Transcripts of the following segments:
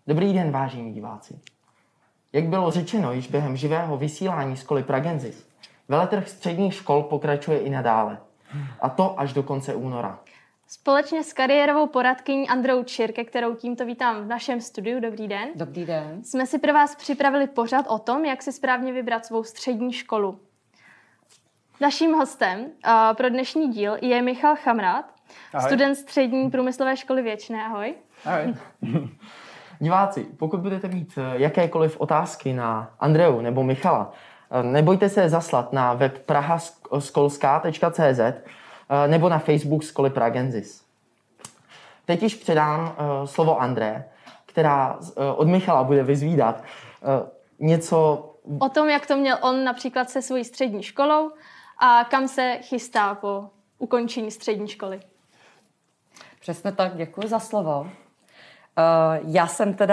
Dobrý den, vážení diváci. Jak bylo řečeno již během živého vysílání školy Pragenzis, veletrh středních škol pokračuje i nadále. A to až do konce února. Společně s kariérovou poradkyní Andreou Čirke, kterou tímto vítám v našem studiu. Dobrý den. Dobrý den. Jsme si pro vás připravili pořad o tom, jak si správně vybrat svou střední školu. Naším hostem pro dnešní díl je Michal Chamrát, student střední průmyslové školy Věčné. Ahoj. Ahoj. Diváci, pokud budete mít jakékoliv otázky na Andreu nebo Michala, nebojte se zaslat na web prahaskolská.cz nebo na Facebook školy Pragenzis. Teď již předám slovo André, která od Michala bude vyzvídat něco o tom, jak to měl on například se svojí střední školou a kam se chystá po ukončení střední školy. Přesně tak, děkuji za slovo. Já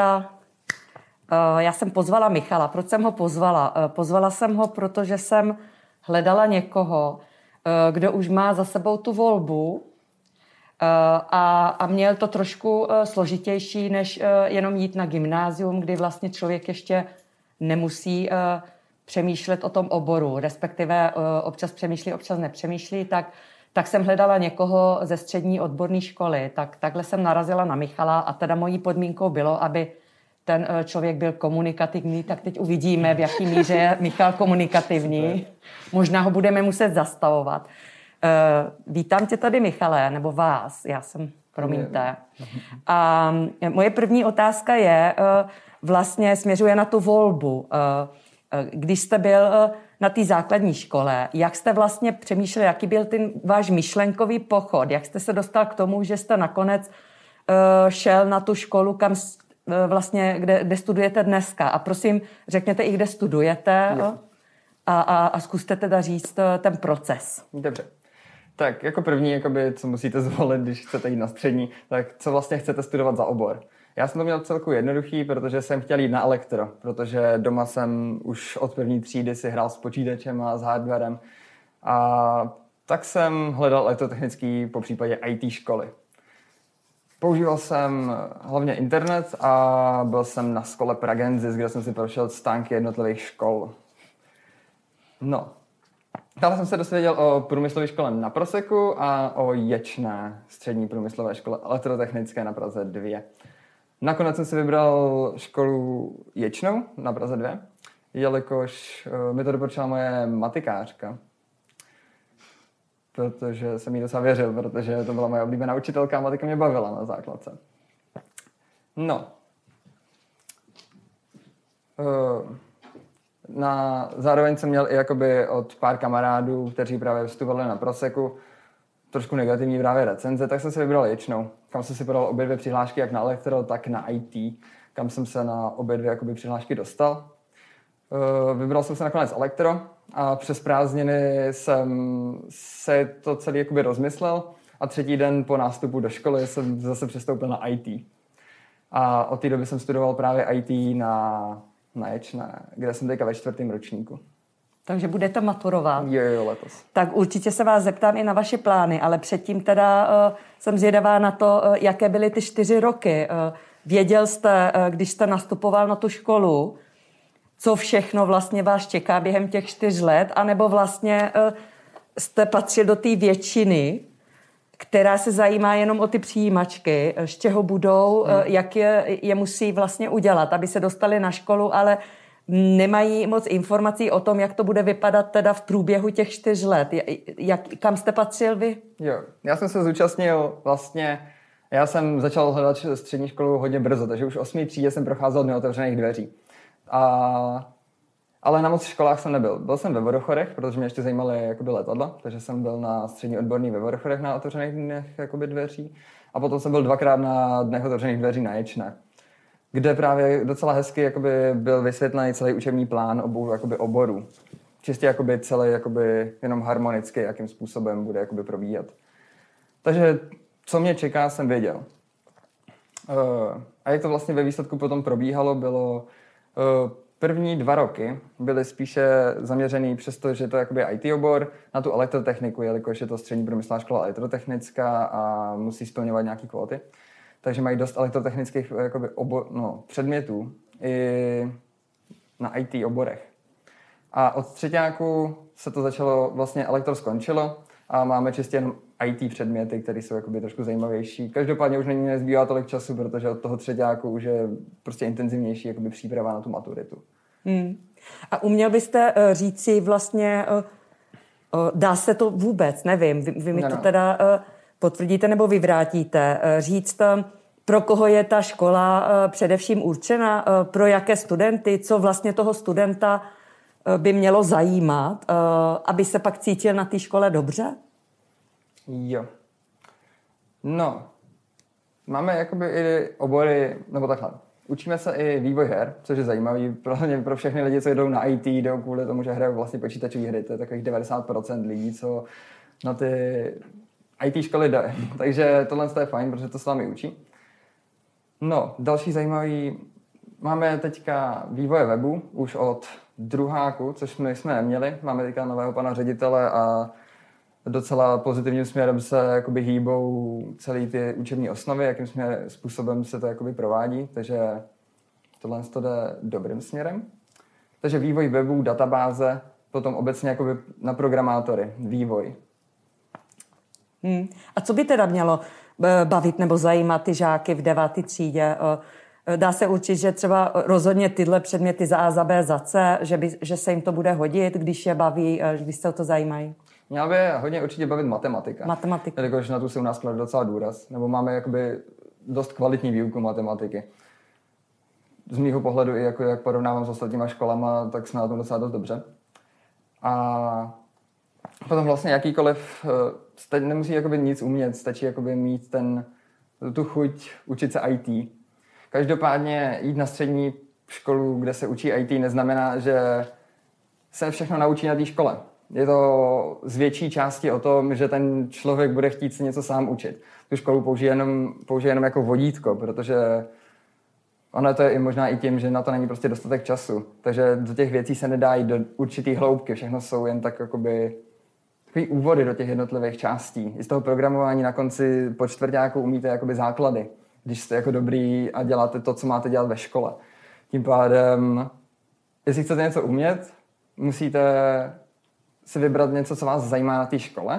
jsem pozvala Michala. Proč jsem ho pozvala? Pozvala jsem ho, protože jsem hledala někoho, kdo už má za sebou tu volbu a měl to trošku složitější, než jenom jít na gymnázium, kdy vlastně člověk ještě nemusí přemýšlet o tom oboru, respektive občas přemýšlí, občas nepřemýšlí, tak jsem hledala někoho ze střední odborné školy. Takhle jsem narazila na Michala a teda mojí podmínkou bylo, aby ten člověk byl komunikativní, tak teď uvidíme, v jaký míře je Michal komunikativní. Možná ho budeme muset zastavovat. Vítám tě tady, Michale, nebo vás, promiňte. A moje první otázka je, vlastně směřuje na tu volbu. Když jste byl na té základní škole, jak jste vlastně přemýšleli, jaký byl ten váš myšlenkový pochod, jak jste se dostal k tomu, že jste nakonec šel na tu školu, kam vlastně, kde studujete dneska. A prosím, řekněte i, kde studujete a zkuste teda říct ten proces. Dobře. Tak jako první, co musíte zvolit, když chcete jít na střední, tak co vlastně chcete studovat za obor. Já jsem to měl celku jednoduchý, protože jsem chtěl jít na elektro, protože doma jsem už od první třídy si hrál s počítačem a s hardwarem. A tak jsem hledal elektrotechnický, popřípadě IT školy. Používal jsem hlavně internet a byl jsem na škole Pragenzis, kde jsem si prošel stánky jednotlivých škol. No. Dále jsem se dozvěděl o průmyslové škole na Proseku a o Ječné střední průmyslové škole elektrotechnické na Praze 2. Nakonec jsem si vybral školu Ječnou na Praze 2, jelikož mi to doporučila moje matikářka. Protože jsem jí docela věřil, protože to byla moje oblíbená učitelka a matika mě bavila na základce. No. Zároveň jsem měl i od pár kamarádů, kteří právě vstupovali na Proseku, trošku negativní právě recenze, tak jsem si vybral Ječnou, kam jsem si podal obě dvě přihlášky, jak na elektro, tak na IT, kam jsem se na obě dvě přihlášky dostal. Vybral jsem se nakonec elektro a přes prázdniny jsem se to celý rozmyslel a třetí den po nástupu do školy jsem zase přestoupil na IT. A od té doby jsem studoval právě IT na Ječné, kde jsem teďka ve 4. ročníku. Takže budete maturovat. Jo, letos. Tak určitě se vás zeptám i na vaše plány, ale předtím teda jsem zvědavá na to, jaké byly ty 4 roky. Věděl jste, když jste nastupoval na tu školu, co všechno vlastně vás čeká během těch 4 let, anebo vlastně jste patřil do té většiny, která se zajímá jenom o ty přijímačky, z čeho budou, jak je musí vlastně udělat, aby se dostali na školu, ale nemají moc informací o tom, jak to bude vypadat teda v průběhu těch 4 let. Kam jste patřil vy? Jo, já jsem se zúčastnil já jsem začal hledat střední školu hodně brzo, takže už v 8. třídě jsem procházel od neotevřených dveří. Ale na moc školách jsem nebyl. Byl jsem ve Vodochorech, protože mě ještě zajímaly letadla, takže jsem byl na střední odborný ve Vodochorech na otevřených dnech dveří. A potom jsem byl 2krát na dnech otevřených dveří na Ječné, kde právě docela hezky byl vysvětlený celý učební plán obou oborů. Čistě celý jenom harmonicky, jakým způsobem bude probíhat. Takže co mě čeká, jsem věděl. A jak to vlastně ve výsledku potom probíhalo, bylo první 2 roky byly spíše zaměřený přesto, že to je IT obor, na tu elektrotechniku, jelikož je to střední průmyslová škola elektrotechnická a musí splňovat nějaké kvóty. takže mají dost elektrotechnických jakoby, předmětů i na IT oborech. A od třetíku se to začalo, vlastně elektro skončilo a máme čistě jen IT předměty, které jsou jakoby trošku zajímavější. Každopádně už není nezbývá tolik času, protože od toho třetíku už je prostě intenzivnější jakoby příprava na tu maturitu. A uměl byste říci vlastně, dá se to vůbec, nevím, vy mi to teda potvrdíte nebo vyvrátíte, říct, pro koho je ta škola především určena, pro jaké studenty, co vlastně toho studenta by mělo zajímat, aby se pak cítil na té škole dobře? Jo. No, máme jakoby i obory, nebo takhle. Učíme se i vývoj her, což je zajímavý pro všechny lidi, co jdou na IT, jdou kvůli tomu, že hrajou vlastně počítačové hry. To je takových 90% lidí, co na ty IT školy jde. Takže tohle je fajn, protože to s vámi učí. No, další zajímavý, máme teďka vývoje webu už od druháku, což my jsme neměli. Máme teďka nového pana ředitele a docela pozitivním směrem se jakoby hýbou celý ty učební osnovy, jakým způsobem se to jakoby provádí, takže tohle to jde dobrým směrem. Takže vývoj webů, databáze, potom obecně jakoby na programátory, vývoj. A co by teda mělo bavit nebo zajímat ty žáky v 9. třídě? Dá se určit, že třeba rozhodně tyhle předměty za A, za B, za C, že se jim to bude hodit, když je baví, když se o to zajímají? Měla by hodně určitě bavit matematika. Matematika. Jelikož na tu se u nás klade docela důraz. Nebo máme jakoby dost kvalitní výuku matematiky. Z mýho pohledu, i jako jak porovnávám s ostatníma školama, tak jsme na tom docela dost dobře. A potom vlastně jakýkoliv, nemusí jakoby nic umět, stačí jakoby mít tu chuť učit se IT. Každopádně jít na střední školu, kde se učí IT, neznamená, že se všechno naučí na té škole. Je to z větší části o tom, že ten člověk bude chtít si něco sám učit. Tu školu použije jenom jako vodítko, protože ono to je i možná i tím, že na to není prostě dostatek času. Takže do těch věcí se nedá jít do určitý hloubky. Všechno jsou jen tak jakoby takový úvody do těch jednotlivých částí. I z toho programování na konci po čtvrťáku umíte jakoby základy, když jste jako dobrý a děláte to, co máte dělat ve škole. Tím pádem, jestli chcete něco umět, musíte si vybrat něco, co vás zajímá na té škole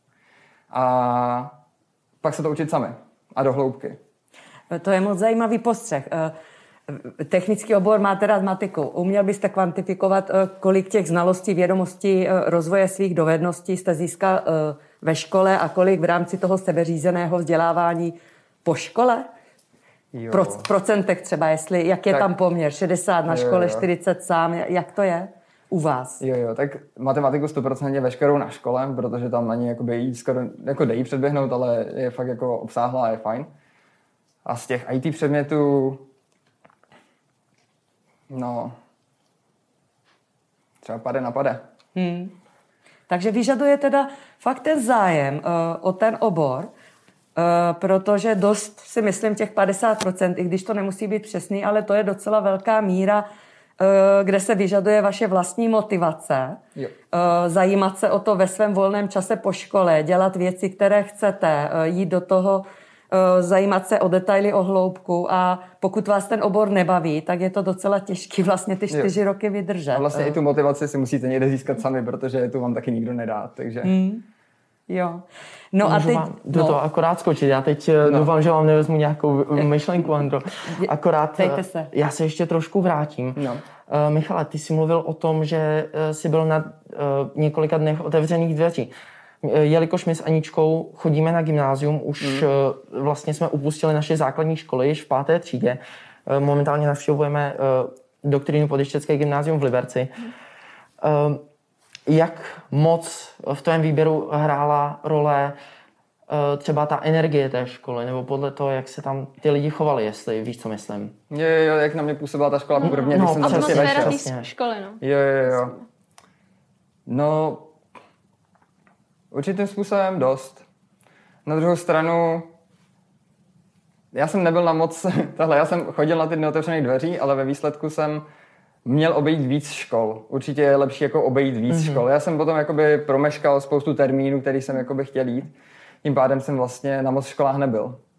a pak se to učit sami a do hloubky. To je moc zajímavý postřeh. Technický obor máte rád matiku. Uměl byste kvantifikovat, kolik těch znalostí, vědomostí, rozvoje svých dovedností jste získal ve škole a kolik v rámci toho sebeřízeného vzdělávání po škole? V procentech třeba, jak je tam poměr? 60 na škole, 40 sám, jak to je u vás? Jo, tak matematiku 100% veškerou na škole, protože tam ani jakoby jí skoro, jako jde jí předběhnout, ale je fakt jako obsáhlá a je fajn. A z těch IT předmětů, no, třeba pade na pade. Takže vyžaduje teda fakt ten zájem o ten obor, protože dost si myslím těch 50%, i když to nemusí být přesný, ale to je docela velká míra, kde se vyžaduje vaše vlastní motivace, zajímat se o to ve svém volném čase po škole, dělat věci, které chcete, jít do toho, zajímat se o detaily, o hloubku a pokud vás ten obor nebaví, tak je to docela těžký vlastně ty 4 roky vydržet. A vlastně i tu motivaci si musíte někde získat sami, protože tu vám taky nikdo nedá, takže... Jo. No a teď... Do toho akorát skočit. Já teď doufám, že vám nevezmu nějakou myšlenku, Andro. Akorát já se ještě trošku vrátím. Michale, ty jsi mluvil o tom, že jsi byl na několika dnech otevřených dveří. Jelikož my s Aničkou chodíme na gymnázium, už vlastně jsme upustili naše základní školy již v 5. třídě. Momentálně navštěvujeme doktrínu Podještěcké gymnázium v Liberci. Jak moc v tvém výběru hrála role třeba ta energie té školy, nebo podle toho, jak se tam ty lidi chovali, jestli víš, co myslím? Jo, jak na mě působila ta škola prvně, když jsem tam prostě vešel. Školy, no. Jo. No, určitým způsobem dost. Na druhou stranu, já jsem nebyl na moc, já jsem chodil na ty neotevřených dveří, ale ve výsledku jsem měl obejít víc škol. Určitě je lepší jako obejít víc škol. Já jsem potom jakoby promeškal spoustu termínů, který jsem jakoby chtěl jít. Tím pádem jsem vlastně na moc školách nebyl.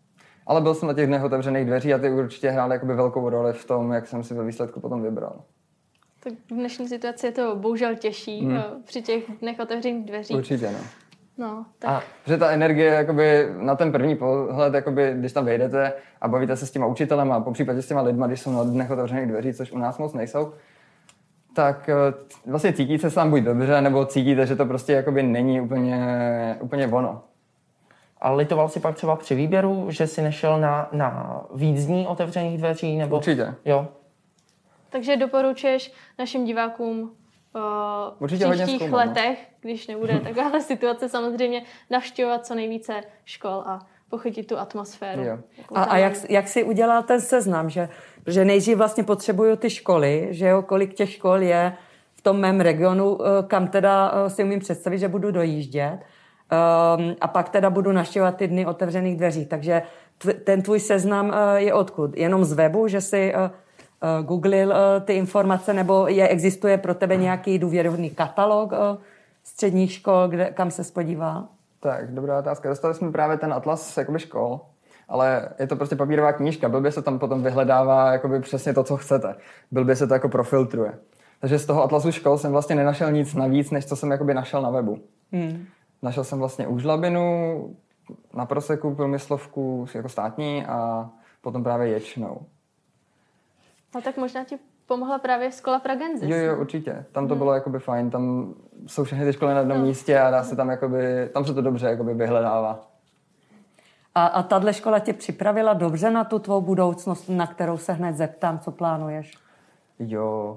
Ale byl jsem na těch dnech otevřených dveří a ty určitě hrály jakoby velkou roli v tom, jak jsem si ve výsledku potom vybral. Tak v dnešní situaci je to bohužel těžší při těch dnech otevřených dveří. Určitě, no. No, tak. Protože ta energie jakoby, na ten první pohled, jakoby, když tam vejdete a bavíte se s těma učitelem a popřípadě s těma lidma, když jsou na dnech otevřených dveří, což u nás moc nejsou, tak vlastně cítíte se tam buď dobře, nebo cítíte, že to prostě jakoby není úplně ono. Ale litoval si pak třeba při výběru, že si nešel na víc dní otevřených dveří? Nebo... Určitě. Jo. Takže doporučuješ našim divákům v příštích letech, když nebude taková situace, samozřejmě navštěvovat co nejvíce škol a pochytit tu atmosféru. A jak jsi udělal ten seznam, že nejdřív vlastně potřebuju ty školy, že jo, kolik těch škol je v tom mém regionu, kam teda si umím představit, že budu dojíždět, a pak teda budu navštěvovat ty dny otevřených dveří. Takže ten tvůj seznam je odkud? Jenom z webu, že si googlil ty informace, nebo existuje pro tebe nějaký důvěryhodný katalog středních škol, kam se podíval? Tak, dobrá otázka. Dostali jsme právě ten atlas jakoby škol, ale je to prostě papírová knížka. Blbě se tam potom vyhledává jakoby přesně to, co chcete. Blbě se to jako profiltruje. Takže z toho atlasu škol jsem vlastně nenašel nic navíc, než co jsem jakoby našel na webu. Našel jsem vlastně u Žlabinu, na Proseku, průmyslovku jako státní a potom právě Ječnou. No tak možná ti pomohla právě škola Pragenzis. Jo, určitě. Tam to bylo jakoby fajn. Tam jsou všechny ty školy na jednom místě a dá se tam jakoby, tam se to dobře jakoby vyhledává. A tahle škola tě připravila dobře na tu tvou budoucnost, na kterou se hned zeptám, co plánuješ? Jo,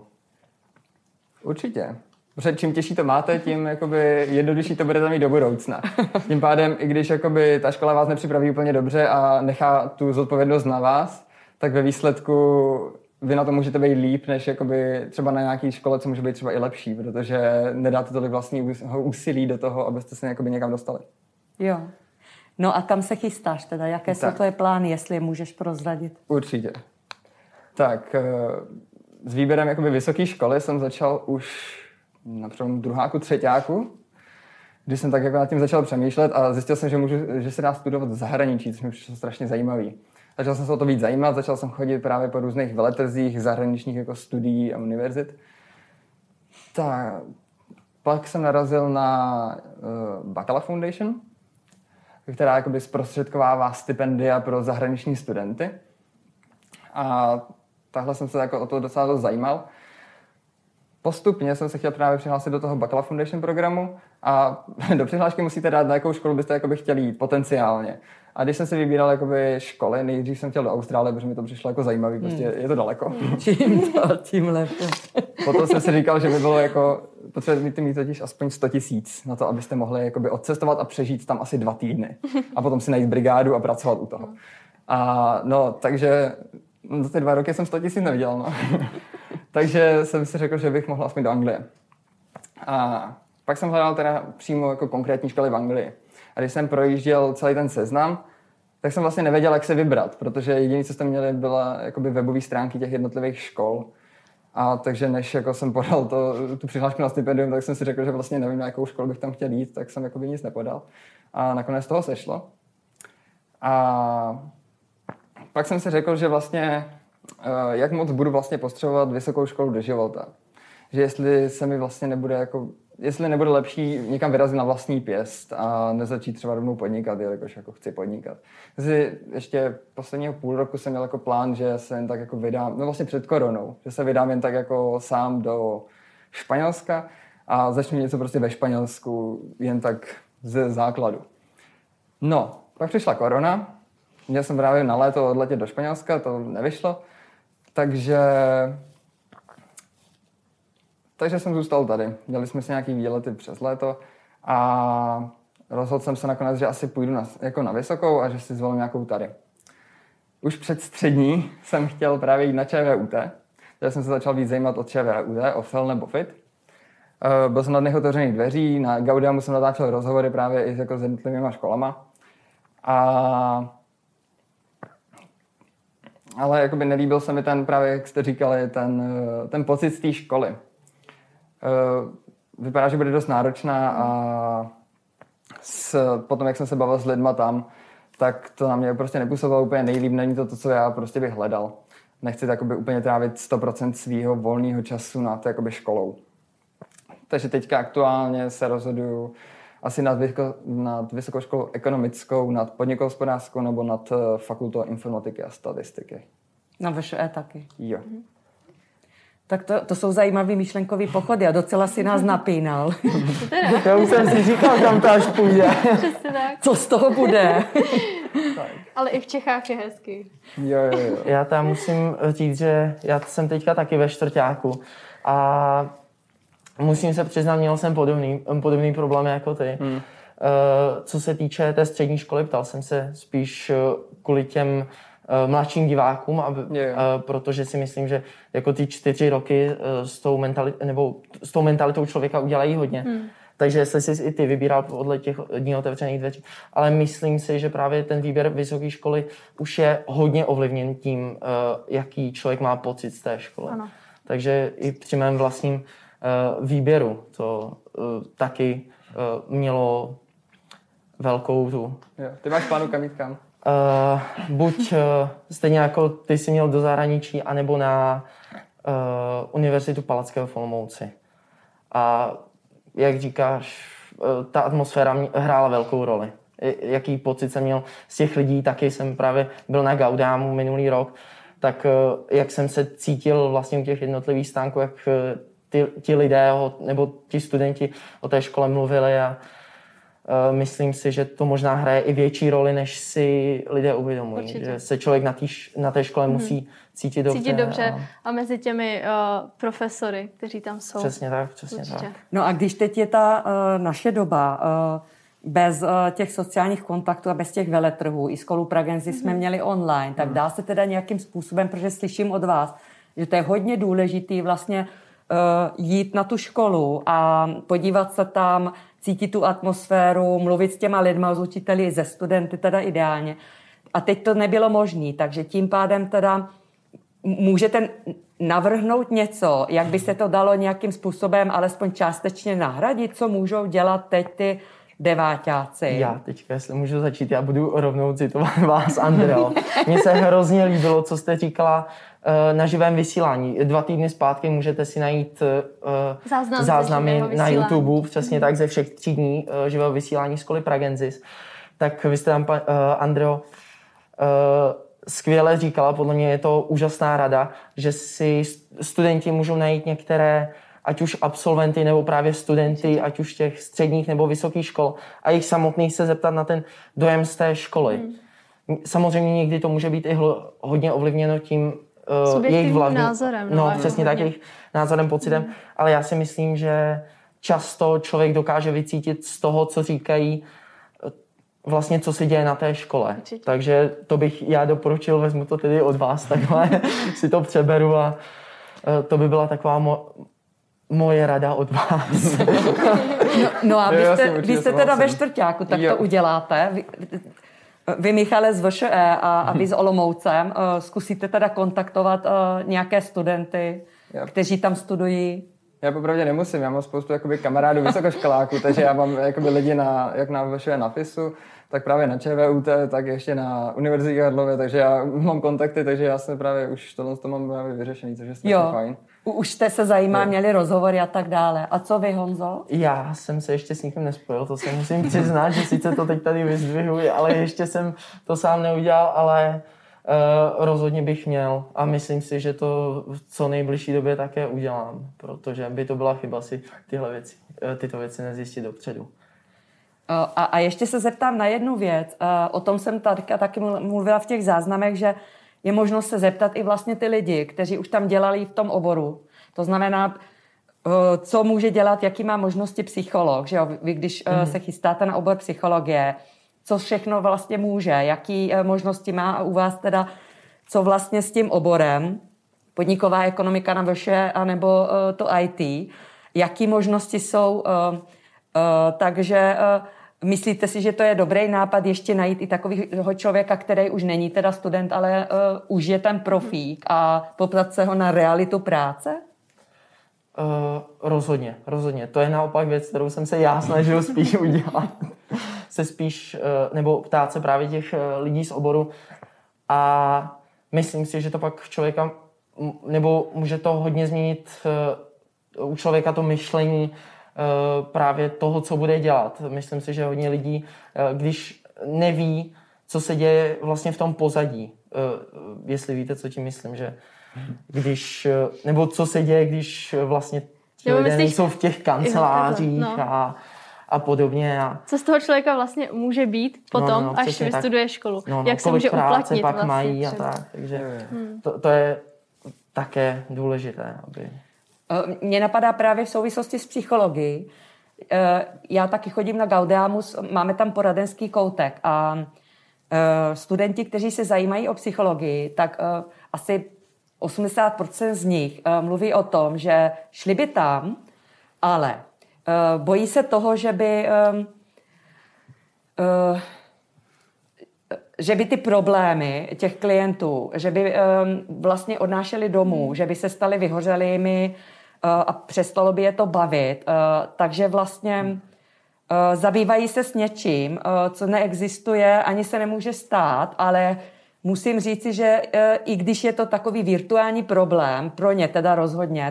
určitě. Protože čím těžší to máte, tím jakoby jednodušší to budete mít do budoucna. Tím pádem, i když jakoby ta škola vás nepřipraví úplně dobře a nechá tu zodpovědnost na vás, tak ve výsledku vy na to můžete být líp, než jakoby třeba na nějaké škole, co může být třeba i lepší, protože nedáte tolik vlastního úsilí do toho, abyste se jakoby někam dostali. Jo. No a kam se chystáš teda? Jaké jsou tvoje plány, jestli je můžeš prozradit? Určitě. Tak s výběrem jakoby vysoké školy jsem začal už na druháku, třeťáku, když jsem tak jako nad tím začal přemýšlet a zjistil jsem, že se dá studovat v zahraničí, což mi přišlo strašně zajímavý. Začal jsem se o to víc zajímat, začal jsem chodit právě po různých veletrzích zahraničních jako studií a univerzit. Tak, pak jsem narazil na Bacala Foundation, která jakoby zprostředkovává stipendia pro zahraniční studenty. A takhle jsem se jako o to docela dost zajímal. Postupně jsem se chtěl právě přihlásit do toho Bacala Foundation programu a do přihlášky musíte dát, na jakou školu byste jakoby chtěli jít potenciálně. A když jsem si vybíral jakoby školy, nejdřív jsem chtěl do Austrálie, protože mi to přišlo jako zajímavý, prostě je to daleko. Čím dál, tím lépe. Potom jsem si říkal, že by bylo jako, potřebujete mít totiž aspoň 100 000 na to, abyste mohli jakoby odcestovat a přežít tam asi 2 týdny. A potom si najít brigádu a pracovat u toho. A no, takže za ty 2 roky jsem 100 000 neviděl, no. Takže jsem si řekl, že bych mohl aspoň do Anglie. A pak jsem hledal teda přímo jako konkrétní školy v Anglii. A když jsem projížděl celý ten seznam, tak jsem vlastně nevěděl, jak se vybrat, protože jediné, co jste měli, byla jakoby webové stránky těch jednotlivých škol. A takže než jako jsem podal tu přihlášku na stipendium, tak jsem si řekl, že vlastně nevím, na jakou školu bych tam chtěl jít, tak jsem jakoby nic nepodal. A nakonec toho sešlo. A pak jsem si řekl, že vlastně jak moc budu vlastně potřebovat vysokou školu do života. Že jestli se mi vlastně nebude jako, jestli nebude lepší někam vyrazit na vlastní pěst a nezačít třeba rovnou podnikat, jelikož jako chci podnikat. Takže ještě posledního půl roku jsem měl jako plán, že se jen tak jako vydám, no vlastně před koronou, že se vydám jen tak jako sám do Španělska a začnu něco prostě ve Španělsku jen tak ze základu. No, pak přišla korona, měl jsem právě na léto odletět do Španělska, to nevyšlo, takže jsem zůstal tady. Dělali jsme si nějaký výlety přes léto a rozhodl jsem se nakonec, že asi půjdu na vysokou a že si zvolím nějakou tady. Už před střední jsem chtěl právě jít na ČVUT, takže jsem se začal víc zajímat o ČVUT, o FEL nebo FIT. Byl jsem na dnech otevřených dveří, na Gaudiamu jsem natáčel rozhovory právě i jako s jednotlivými školama. Ale jakoby nelíbil se mi ten právě, jak jste říkali, ten pocit z té školy. Vypadá, že bude dost náročná a potom, jak jsem se bavil s lidma tam, tak to na mě prostě nepůsobilo úplně nejlíp, není to, co já prostě bych hledal. Nechci takoby úplně trávit 100% svýho volného času nad jakoby školou. Takže teďka aktuálně se rozhoduju asi nad vysokou školou ekonomickou, nad podnikohospodářskou nebo nad fakultou informatiky a statistiky. Na VŠE taky. Jo. Tak to jsou zajímavý myšlenkový pochody a docela si nás napínal. Já už jsem si říkal, kam to až půjde. Přesně tak. Co z toho bude? Ale i v Čechách je hezky. Jo. Já tam musím říct, že já jsem teďka taky ve čtvrťáku a musím se přiznat, měl jsem podobný problém jako ty. Co se týče té střední školy, ptal jsem se spíš kvůli těm mladším divákům, protože si myslím, že jako ty 4 roky s tou mentalitou člověka udělají hodně. Takže jestli jsi i ty vybíral podle těch dní otevřených dveří. Ale myslím si, že právě ten výběr vysoké školy už je hodně ovlivněn tím, jaký člověk má pocit z té školy. Ano. Takže i při mém vlastním výběru to taky mělo velkou tu... Jo. Ty máš plánu kam jít kam? Buď stejně jako ty jsi měl do zahraničí, anebo na Univerzitu Palackého v Olomouci. A jak říkáš, ta atmosféra hrála velkou roli. Jaký pocit jsem měl z těch lidí, taky jsem právě byl na Gaudámu minulý rok, tak jak jsem se cítil vlastně u těch jednotlivých stánků, jak ti lidé nebo ti studenti o té škole mluvili a myslím si, že to možná hraje i větší roli, než si lidé uvědomují. Určitě. Že se člověk na té škole musí cítit dobře. Cítit dobře a mezi těmi profesory, kteří tam jsou. Přesně tak. No a když teď je ta naše doba, bez těch sociálních kontaktů a bez těch veletrhů, i školu Pragenzy jsme měli online, tak dá se teda nějakým způsobem, protože slyším od vás, že to je hodně důležitý vlastně jít na tu školu a podívat se tam, cítit tu atmosféru, mluvit s těma lidma, s učiteli, ze studenty teda ideálně. A teď to nebylo možné, takže tím pádem teda můžete navrhnout něco, jak by se to dalo nějakým způsobem alespoň částečně nahradit, co můžou dělat teď ty deváťáci. Já teďka, jestli můžu začít, já budu rovnou citovat vás, Andreo. Mně se hrozně líbilo, co jste říkala na živém vysílání. 2 týdny zpátky můžete si najít záznamy na YouTube, přesně tak, ze všech 3 dní živého vysílání školy Pragenzis. Tak vy jste tam, Andreo, skvěle říkala, podle mě je to úžasná rada, že si studenti můžou najít některé, ať už absolventy nebo právě studenty, ať už těch středních nebo vysokých škol a jich samotných se zeptat na ten dojem z té školy. Samozřejmě někdy to může být i hodně ovlivněno tím jejich vlastním názorem. No, přesně tak, jejich názorem, pocitem, ale já si myslím, že často člověk dokáže vycítit z toho, co říkají, vlastně, co se děje na té škole. Určitě. Takže to bych já doporučil, vezmu to tedy od vás takhle, si to přeberu a to by byla taková moje rada od vás. No a vy jste teda ve čtvrťáku, tak to uděláte. Vy, Michale, z VŠE a vy s Olomoucem zkusíte teda kontaktovat nějaké studenty, kteří tam studují? Já popravdě nemusím, já mám spoustu jakoby kamarádů vysokoškoláků, takže já mám jakoby lidi jak na VŠE na FISu, tak právě na ČVUT, tak ještě na Univerzitě Karlově, takže já mám kontakty, takže já jsem právě už tohle to mám právě vyřešený, což je strašně fajn. Už jste se měli rozhovory a tak dále. A co vy, Honzo? Já jsem se ještě s nikým nespojil, to se musím přiznat, že sice to teď tady vyzdvihuji, ale ještě jsem to sám neudělal, ale rozhodně bych měl a myslím si, že to v co nejbližší době také udělám, protože by to byla chyba si tyto věci nezjistit dopředu. A ještě se zeptám na jednu věc. O tom jsem taky mluvila v těch záznamech, že je možnost se zeptat i vlastně ty lidi, kteří už tam dělali v tom oboru. To znamená, co může dělat, jaký má možnosti psycholog. Že jo? Vy, když se chystáte na obor psychologie, co všechno vlastně může, jaký možnosti má u vás teda, co vlastně s tím oborem, podniková ekonomika na VŠE, anebo to IT, jaký možnosti jsou, takže myslíte si, že to je dobrý nápad ještě najít i takového člověka, který už není teda student, ale už je ten profík a poptat se ho na realitu práce? Rozhodně. To je naopak věc, kterou jsem se já snažil spíš udělat. se spíš, nebo ptát se právě těch lidí z oboru a myslím si, že to pak člověka, nebo může to hodně změnit u člověka to myšlení právě toho, co bude dělat. Myslím si, že hodně lidí, když neví, co se děje vlastně v tom pozadí, jestli víte, co tím myslím, že když, nebo co se děje, když vlastně lidé nejsou v těch kancelářích a podobně. Co z toho člověka vlastně může být potom, až vystuduje školu? Jak se může uplatnit pak vlastně mají a tak. Takže to je také důležité. Aby... Mně napadá právě v souvislosti s psychologií. Já taky chodím na Gaudeamus, máme tam poradenský koutek a studenti, kteří se zajímají o psychologii, tak asi 80% z nich mluví o tom, že šli by tam, ale bojí se toho, že by ty problémy těch klientů, že by vlastně odnášeli domů, že by se stali vyhořelými a přestalo by je to bavit. Takže vlastně zabývají se s něčím, co neexistuje, ani se nemůže stát, ale musím říci, že i když je to takový virtuální problém, pro ně teda rozhodně,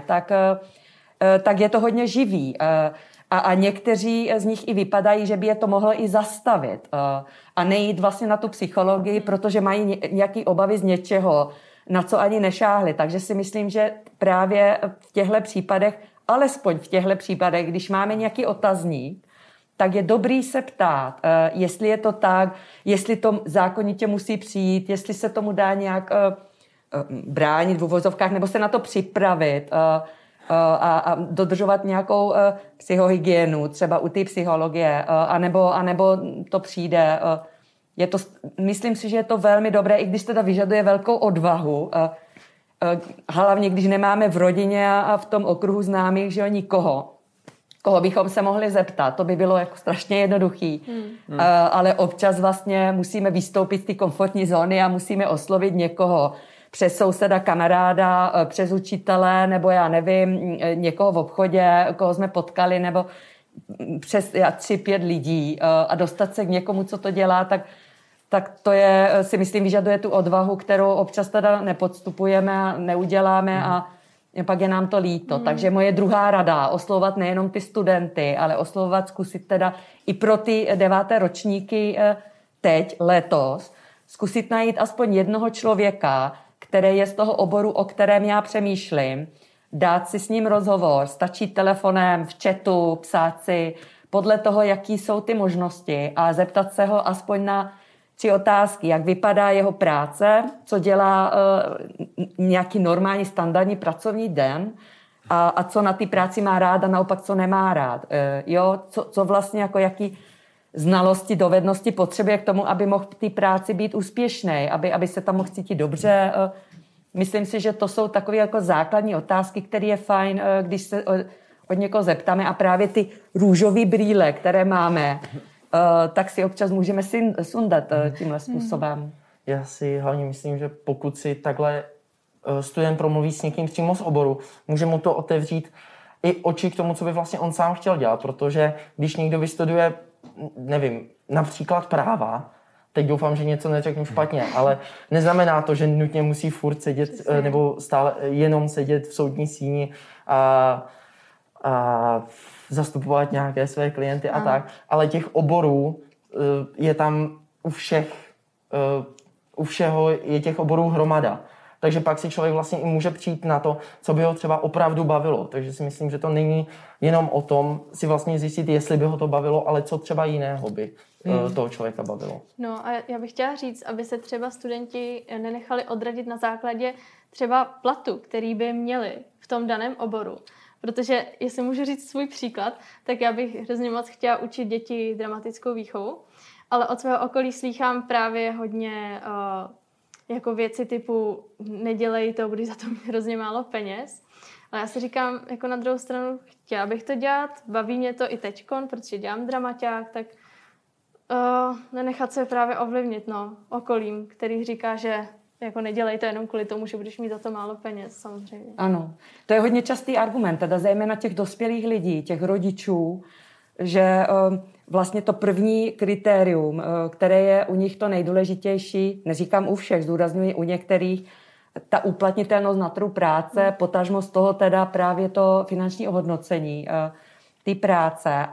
tak je to hodně živý. A někteří z nich i vypadají, že by je to mohlo i zastavit a nejít vlastně na tu psychologii, protože mají nějaké obavy z něčeho, na co ani nešáhli. Takže si myslím, že právě v těchto případech, alespoň v těchto případech, když máme nějaký otazník, tak je dobrý se ptát, jestli je to tak, jestli to zákonitě musí přijít, jestli se tomu dá nějak bránit v uvozovkách, nebo se na to připravit a dodržovat nějakou psychohygienu, třeba u té psychologie, anebo to přijde. Myslím si, že je to velmi dobré, i když teda vyžaduje velkou odvahu, hlavně když nemáme v rodině a v tom okruhu známých, že nikoho, koho bychom se mohli zeptat. To by bylo jako strašně jednoduchý. Ale občas vlastně musíme vystoupit z té komfortní zóny a musíme oslovit někoho přes souseda, kamaráda, přes učitele, nebo já nevím, někoho v obchodě, koho jsme potkali, nebo přes 3-5 lidí a dostat se k někomu, co to dělá, tak to je, si myslím, vyžaduje tu odvahu, kterou občas teda nepodstupujeme a neuděláme a pak je nám to líto. Takže moje druhá rada, oslovovat nejenom ty studenty, ale oslovovat, zkusit teda i pro ty 9. ročníky teď, letos, zkusit najít aspoň jednoho člověka, který je z toho oboru, o kterém já přemýšlím, dát si s ním rozhovor, stačí telefonem, v chatu, psát si, podle toho, jaký jsou ty možnosti a zeptat se ho aspoň na 3 otázky, jak vypadá jeho práce, co dělá nějaký normální standardní pracovní den a co na té práci má rád a naopak co nemá rád. Co vlastně jako jaký znalosti, dovednosti potřebuje k tomu, aby mohl v té práci být úspěšný, aby se tam mohl cítit dobře. Myslím si, že to jsou takové jako základní otázky, které je fajn, když se od někoho zeptáme a právě ty růžové brýle, které máme, tak si občas můžeme sundat tímhle způsobem. Já si hlavně myslím, že pokud si takhle student promluví s někým přímo z oboru, může mu to otevřít i oči k tomu, co by vlastně on sám chtěl dělat, protože když někdo vystuduje, nevím, například práva, teď doufám, že něco neřeknu špatně, ale neznamená to, že nutně musí furt sedět nebo stále jenom sedět v soudní síni a zastupovat nějaké své klienty a tak, ale těch oborů je tam u všeho je těch oborů hromada. Takže pak si člověk vlastně i může přijít na to, co by ho třeba opravdu bavilo. Takže si myslím, že to není jenom o tom si vlastně zjistit, jestli by ho to bavilo, ale co třeba jiného by toho člověka bavilo. No a já bych chtěla říct, aby se třeba studenti nenechali odradit na základě třeba platu, který by měli v tom daném oboru. Protože, jestli můžu říct svůj příklad, tak já bych hrozně moc chtěla učit děti dramatickou výchovu, ale od svého okolí slýchám právě hodně jako věci typu nedělej to, budeš za to mít hrozně málo peněz. Ale já si říkám, jako na druhou stranu, chtěla bych to dělat, baví mě to i teďkon, protože dělám dramaťák, tak nenechat se právě ovlivnit okolím, který říká, že jako nedělej to jenom kvůli tomu, že budeš mít za to málo peněz, samozřejmě. Ano, to je hodně častý argument, teda zejména těch dospělých lidí, těch rodičů, že vlastně to první kritérium, které je u nich to nejdůležitější, neříkám u všech, zdůrazňuji u některých, ta uplatnitelnost na trhu práce, potažmo z toho teda právě to finanční ohodnocení té práce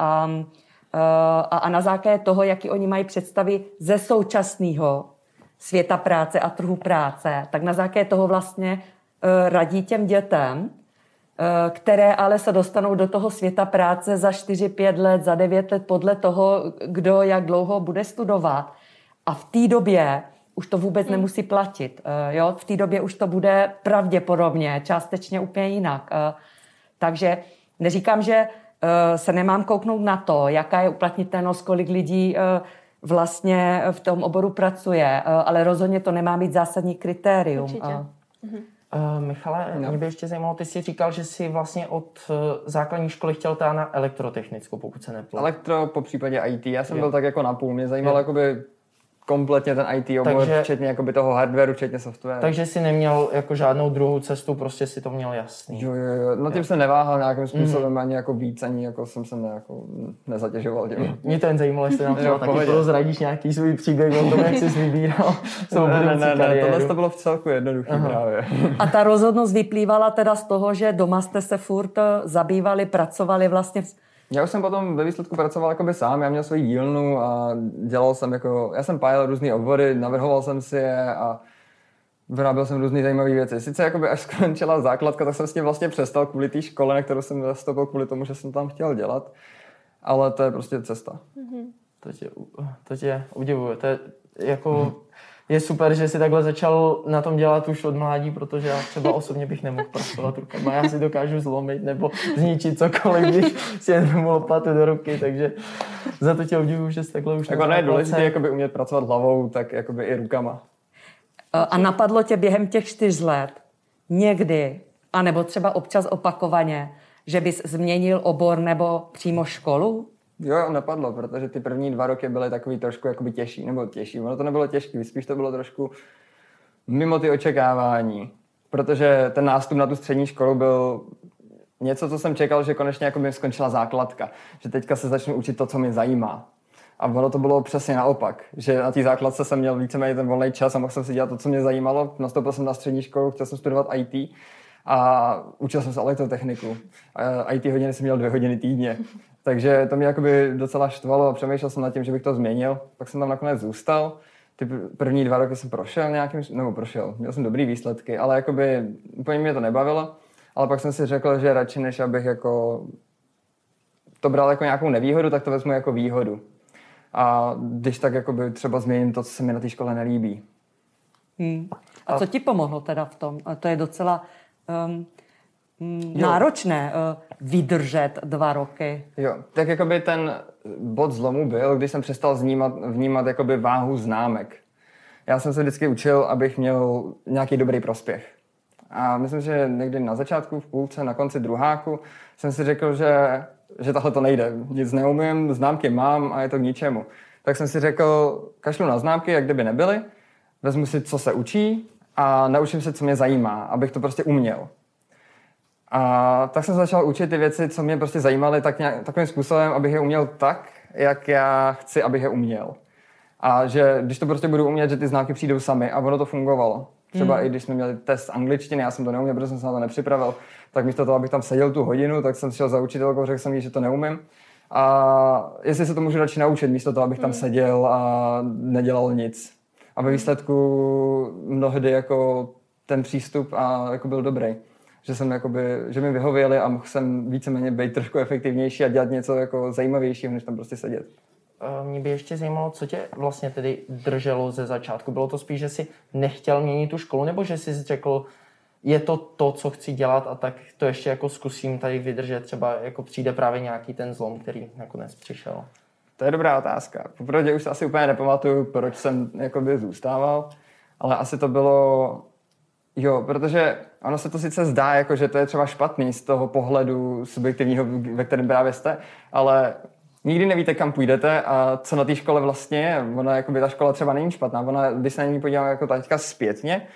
a na základě toho, jaký oni mají představy ze současného světa práce a trhu práce, tak na základě toho vlastně radí těm dětem, které ale se dostanou do toho světa práce za 4-5 let, za 9 let, podle toho, kdo jak dlouho bude studovat. A v té době už to vůbec nemusí platit. Jo? V té době už to bude pravděpodobně, částečně úplně jinak. Takže neříkám, že se nemám kouknout na to, jaká je uplatnitelnost, kolik lidí vlastně v tom oboru pracuje, ale rozhodně to nemá být zásadní kritérium. Určitě. Michale, mě by ještě zajímalo, ty jsi říkal, že jsi vlastně od základní školy chtěl teda na elektrotechnickou, pokud se nepletu. Elektro, po případě IT. Já jsem byl tak jako na půl. Mě zajímalo jakoby kompletně ten IT obor, takže, včetně jakoby toho hardwareu, včetně softwaru. Takže jsi neměl jako žádnou druhou cestu, prostě si to měl jasný. Jo. No tím jsem neváhal nějakým způsobem ani jako víc, ani jako jsem se nezatěžoval tím. Mě to jen zajímalo, jestli nám třeba taky prozradíš nějaký svůj příběh o tom, jak jsi vybíral svou budoucí kariéru. Tohle to bylo v celku jednoduché právě. A ta rozhodnost vyplývala teda z toho, že doma jste se furt zabývali, pracovali vlastně Já už jsem potom ve výsledku pracoval jakoby sám, já měl svoji dílnu a dělal jsem já jsem pájel různý obory, navrhoval jsem si je a vyráběl jsem různý zajímavé věci. Sice jakoby až skončila základka, tak jsem s tím vlastně přestal kvůli té škole, na kterou jsem nastoupil kvůli tomu, že jsem tam chtěl dělat, ale to je prostě cesta. To tě udivuju. To je jako... Je super, že jsi takhle začal na tom dělat už od mládí, protože já třeba osobně bych nemohl pracovat rukama. Já si dokážu zlomit nebo zničit cokoliv, když si jen vezmu lopatu do ruky, takže za to tě obdivuju, že jsi takhle už... Jako ne, důležité jakoby umět pracovat hlavou, tak jakoby i rukama. A napadlo tě během těch 4 let někdy, anebo třeba občas opakovaně, že bys změnil obor nebo přímo školu? Jo, napadlo, protože ty první 2 roky byly takový trošku jakoby těžší, nebo těžší. Ono to nebylo těžké, spíš to bylo trošku mimo ty očekávání, protože ten nástup na tu střední školu byl něco, co jsem čekal, že konečně jako mi skončila základka, že teďka se začnu učit to, co mě zajímá. A ono to bylo přesně naopak, že na té základce jsem měl víceméně ten volný čas a mohl jsem si dělat to, co mě zajímalo. Nastoupil jsem na střední školu, chtěl jsem studovat IT a učil jsem se elektrotechniku. A IT hodiny jsem měl 2 hodiny týdně. Takže to mě jakoby docela štvalo a přemýšlel jsem nad tím, že bych to změnil. Pak jsem tam nakonec zůstal. Ty první 2 roky jsem prošel, měl jsem dobrý výsledky, ale jakoby úplně mě to nebavilo. Ale pak jsem si řekl, že radši než abych jako to bral jako nějakou nevýhodu, tak to vezmu jako výhodu. A když tak jakoby třeba změním to, co se mi na té škole nelíbí. A co ti pomohlo teda v tom? To je docela náročné vydržet 2 roky. Jo, tak jakoby ten bod zlomu byl, když jsem přestal vnímat jakoby váhu známek. Já jsem se vždycky učil, abych měl nějaký dobrý prospěch. A myslím, že někdy na začátku, v půlce, na konci druháku jsem si řekl, že tahle to nejde. Nic neumím, známky mám a je to k ničemu. Tak jsem si řekl, kašlu na známky, jak kdyby nebyly, vezmu si, co se učí a naučím se, co mě zajímá, abych to prostě uměl. A tak jsem začal učit ty věci, co mě prostě zajímaly takovým způsobem, abych je uměl tak, jak já chci, abych je uměl. A že když to prostě budu umět, že ty známky přijdou sami a ono to fungovalo. Třeba i když jsme měli test angličtiny, já jsem to neuměl, protože jsem se na to nepřipravil, tak místo toho, abych tam seděl tu hodinu, tak jsem šel za učitelkou, řekl jsem jí, že to neumím. A jestli se to můžu radši naučit, místo toho, abych tam seděl a nedělal nic. A ve výsledku mnohdy jako ten přístup jako byl dobrý. Že mi vyhověli a mohl jsem víceméně být trošku efektivnější a dělat něco jako zajímavějšího, než tam prostě sedět. Mě by ještě zajímalo, co tě vlastně tedy drželo ze začátku. Bylo to spíš, že jsi nechtěl měnit tu školu, nebo že jsi řekl, je to, co chci dělat a tak to ještě jako zkusím tady vydržet, třeba jako přijde právě nějaký ten zlom, který nakonec přišel? To je dobrá otázka. Popravdě už asi úplně nepamatuju, proč jsem jakoby zůstával, ale asi to bylo... Jo, protože ono se to sice zdá, jako, že to je třeba špatný z toho pohledu subjektivního, ve kterém právě jste, ale nikdy nevíte, kam půjdete a co na té škole vlastně je. Ona, jakoby, ta škola třeba není špatná. Ona, když se na ní podívám jako teďka zpětně,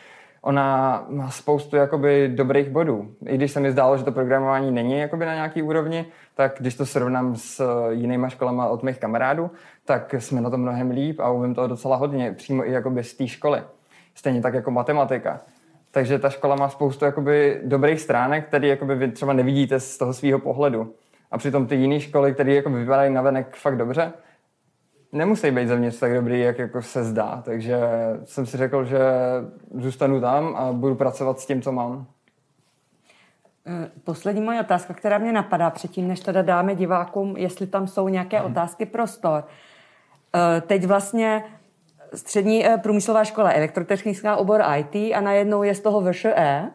ona má spoustu jakoby dobrých bodů. I když se mi zdálo, že to programování není jakoby na nějaký úrovni, tak když to srovnám s jinýma školama od mých kamarádů, tak jsme na to mnohem líp a umím toho docela hodně, přímo i jakoby z té školy. Stejně tak jako matematika. Takže ta škola má spoustu jakoby dobrých stránek, které jakoby vy třeba nevidíte z toho svého pohledu. A přitom ty jiné školy, které jakoby vypadají navenek fakt dobře, nemusí být zevnitř tak dobrý, jak jako se zdá. Takže jsem si řekl, že zůstanu tam a budu pracovat s tím, co mám. Poslední moje otázka, která mě napadá předtím, než teda dáme divákům, jestli tam jsou nějaké otázky, prostor. Teď vlastně střední průmyslová škola, elektrotechnická obor IT a najednou je z toho VŠE.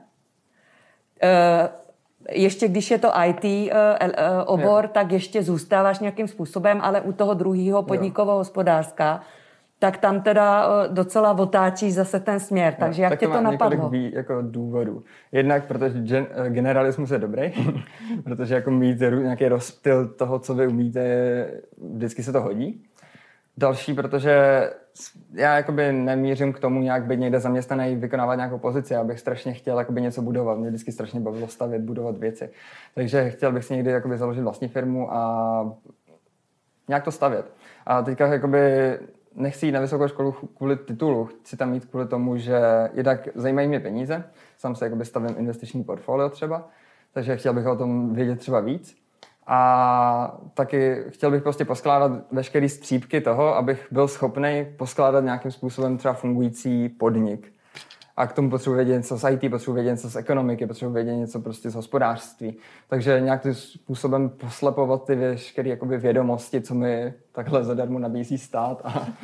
Ještě když je to IT obor, tak ještě zůstáváš nějakým způsobem, ale u toho druhého podnikového hospodářská, tak tam teda docela otáčíš zase ten směr. Takže jak tě to napadlo? Tak jako důvodů. Jednak, protože generalismus je dobrý, protože jako mít nějaký rozptyl toho, co vy umíte, vždycky se to hodí. Další, protože já jakoby nemířím k tomu nějak být někde zaměstnaný, vykonávat nějakou pozici. Já bych strašně chtěl jakoby něco budovat. Mě vždycky strašně bavilo stavět, budovat věci. Takže chtěl bych si někdy jakoby založit vlastní firmu a nějak to stavět. A teďka jakoby nechci jít na vysokou školu kvůli titulu. Chci tam jít kvůli tomu, že jednak zajímají mě peníze. Sám se jakoby stavím investiční portfolio třeba. Takže chtěl bych o tom vědět třeba víc. A taky chtěl bych prostě poskládat veškeré střípky toho, abych byl schopný poskládat nějakým způsobem třeba fungující podnik. A k tomu potřebuji vědět něco z IT, potřebuji vědět něco z ekonomiky, potřebuji vědět něco prostě z hospodářství. Takže nějakým způsobem poslepovat ty veškeré jakoby vědomosti, co mi takhle zadarmo nabízí stát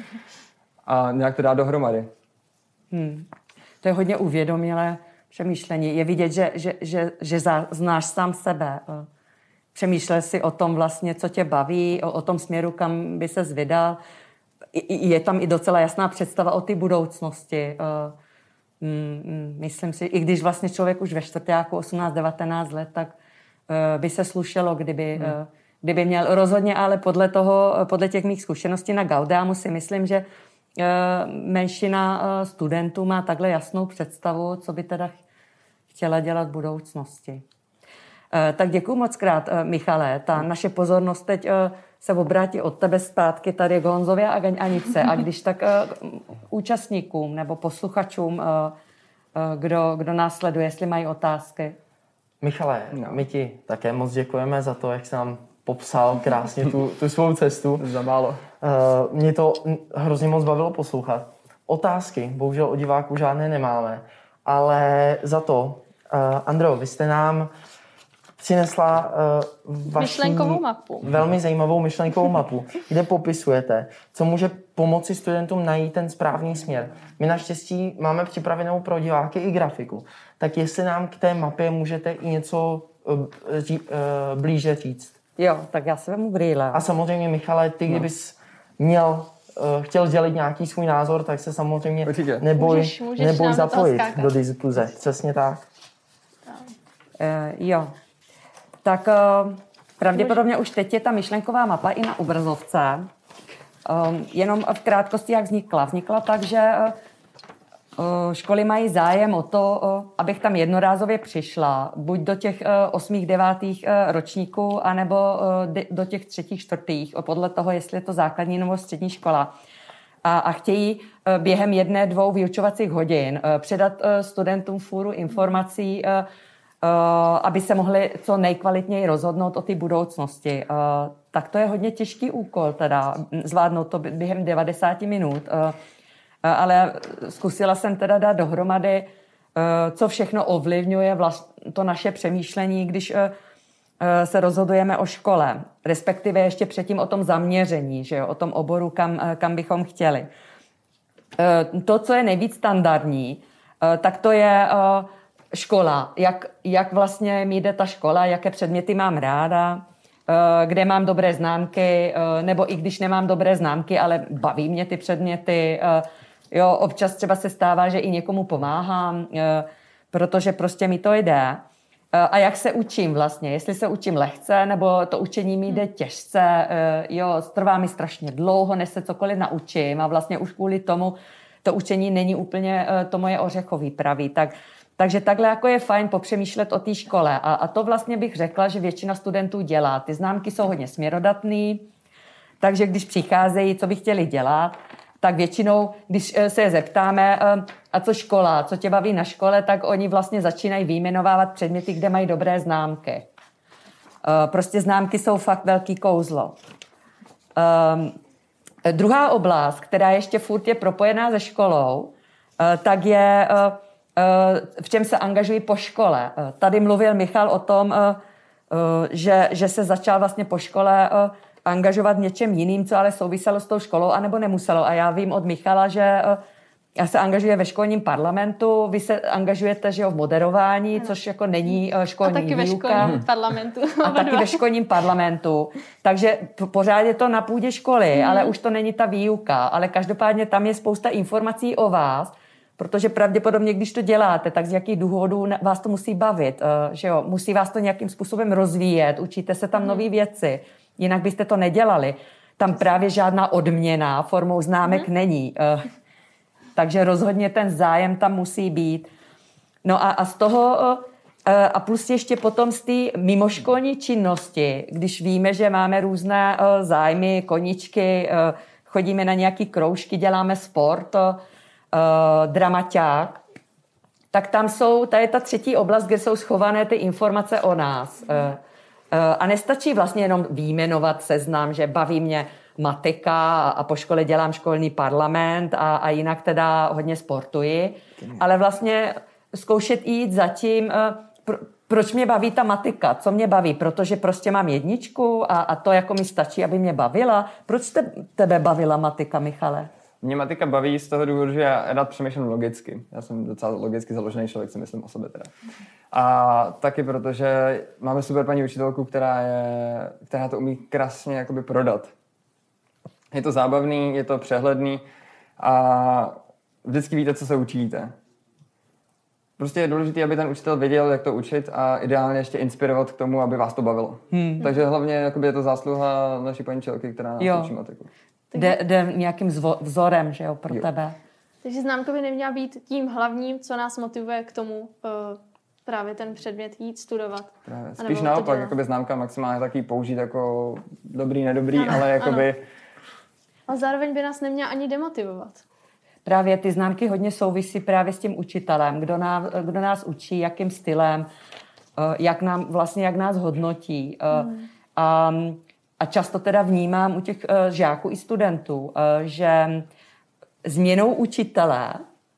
a nějak to dát dohromady. To je hodně uvědomilé přemýšlení. Je vidět, že znáš sám sebe. Přemýšlel si o tom vlastně, co tě baví, o tom směru, kam by ses vydal. Je tam i docela jasná představa o ty budoucnosti. Myslím si, i když vlastně člověk už ve čtvrťáku 18-19 let, tak by se slušelo, kdyby měl rozhodně, ale podle těch mých zkušeností na Gaudámu si myslím, že menšina studentů má takhle jasnou představu, co by teda chtěla dělat v budoucnosti. Tak děkuji moc krát, Michale. Ta naše pozornost teď se obrátí od tebe zpátky tady k Honzovi a Aničce. A když tak účastníkům nebo posluchačům, kdo nás sleduje, jestli mají otázky. Michale, my ti také moc děkujeme za to, jak jsi nám popsal krásně tu svou cestu. Za málo. Mě to hrozně moc bavilo poslouchat. Otázky, bohužel od diváků žádné nemáme, ale za to, Andreo, vy jste nám přinesla myšlenkovou mapu. Velmi zajímavou myšlenkovou mapu, kde popisujete, co může pomoci studentům najít ten správný směr. My naštěstí máme připravenou pro diváky i grafiku. Tak jestli nám k té mapě můžete i něco blíže říct. Jo, tak já se vemu brýle. A samozřejmě, Michale, ty kdybys chtěl sdělit nějaký svůj názor, tak se samozřejmě neboj zapojit do diskuze. Přesně tak. Jo. Tak pravděpodobně už teď je ta myšlenková mapa i na obrazovce. Jenom v krátkosti, jak vznikla. Vznikla tak, že školy mají zájem o to, abych tam jednorázově přišla, buď do těch 8., 9. ročníků, anebo do těch 3., 4., podle toho, jestli je to základní nebo střední škola. A chtějí během 1, 2 vyučovacích hodin předat studentům fůru informací, aby se mohli co nejkvalitněji rozhodnout o té budoucnosti. Tak to je hodně těžký úkol, teda zvládnout to během 90 minut. Ale zkusila jsem teda dát dohromady, co všechno ovlivňuje to naše přemýšlení, když se rozhodujeme o škole, respektive ještě předtím o tom zaměření, že jo, o tom oboru, kam bychom chtěli. To, co je nejvíc standardní, tak to je škola. Jak vlastně mi jde ta škola, jaké předměty mám ráda, kde mám dobré známky, nebo i když nemám dobré známky, ale baví mě ty předměty. Jo, občas třeba se stává, že i někomu pomáhám, protože prostě mi to jde. A jak se učím vlastně? Jestli se učím lehce, nebo to učení mi jde těžce, jo, trvá mi strašně dlouho, než se cokoliv naučím a vlastně už kvůli tomu to učení není úplně to moje ořechový pravý. Takže takhle jako je fajn popřemýšlet o té škole. A to vlastně bych řekla, že většina studentů dělá. Ty známky jsou hodně směrodatný, takže když přicházejí, co by chtěli dělat, tak většinou, když se je zeptáme, a co škola, co tě baví na škole, tak oni vlastně začínají vyjmenovávat předměty, kde mají dobré známky. Prostě známky jsou fakt velký kouzlo. Druhá oblast, která ještě furt je propojená se školou, tak je, v čem se angažují po škole. Tady mluvil Michal o tom, že se začal vlastně po škole angažovat v něčem jiným, co ale souviselo s tou školou, anebo nemuselo. A já vím od Michala, že se angažuje ve školním parlamentu, vy se angažujete, že jo, v moderování, což jako není školní výuka. A taky výuka. Ve školním parlamentu. A taky ve školním parlamentu. Takže pořád je to na půdě školy, ale už to není ta výuka. Ale každopádně tam je spousta informací o vás, protože pravděpodobně, když to děláte, tak z jakých důvodů vás to musí bavit. Že jo? Musí vás to nějakým způsobem rozvíjet, učíte se tam nové věci, jinak byste to nedělali. Tam právě žádná odměna formou známek není. Takže rozhodně ten zájem tam musí být. No a z toho, a plus ještě potom z té mimoškolní činnosti, když víme, že máme různé zájmy, koníčky, chodíme na nějaký kroužky, děláme sport, dramaťák, tak tam je ta třetí oblast, kde jsou schované ty informace o nás. A nestačí vlastně jenom vyjmenovat seznam, že baví mě matika a po škole dělám školní parlament a jinak teda hodně sportuji, ale vlastně zkoušet jít za tím, proč mě baví ta matika, co mě baví, protože prostě mám jedničku a to jako mi stačí, aby mě bavila. Proč tebe bavila matika, Michale? Mě matika baví z toho důvodu, že já rád přemýšlím logicky. Já jsem docela logicky založený člověk, si myslím o sobě teda. A taky protože máme super paní učitelku, která to umí krásně jakoby prodat. Je to zábavný, je to přehledný a vždycky víte, co se učíte. Prostě je důležité, aby ten učitel věděl, jak to učit a ideálně ještě inspirovat k tomu, aby vás to bavilo. Takže hlavně je to zásluha naší paní učitelky, která nás učí matiku. Jde nějakým vzorem, že jo, pro tebe. Takže známka by neměla být tím hlavním, co nás motivuje k tomu právě ten předmět jít studovat. Právě. Spíš naopak, jakoby známka maximálně taky použít jako dobrý, nedobrý, ale jakoby... A zároveň by nás neměla ani demotivovat. Právě ty známky hodně souvisí právě s tím učitelem, kdo nás učí, jakým stylem, jak nás hodnotí. A často teda vnímám u těch žáků i studentů, že změnou učitele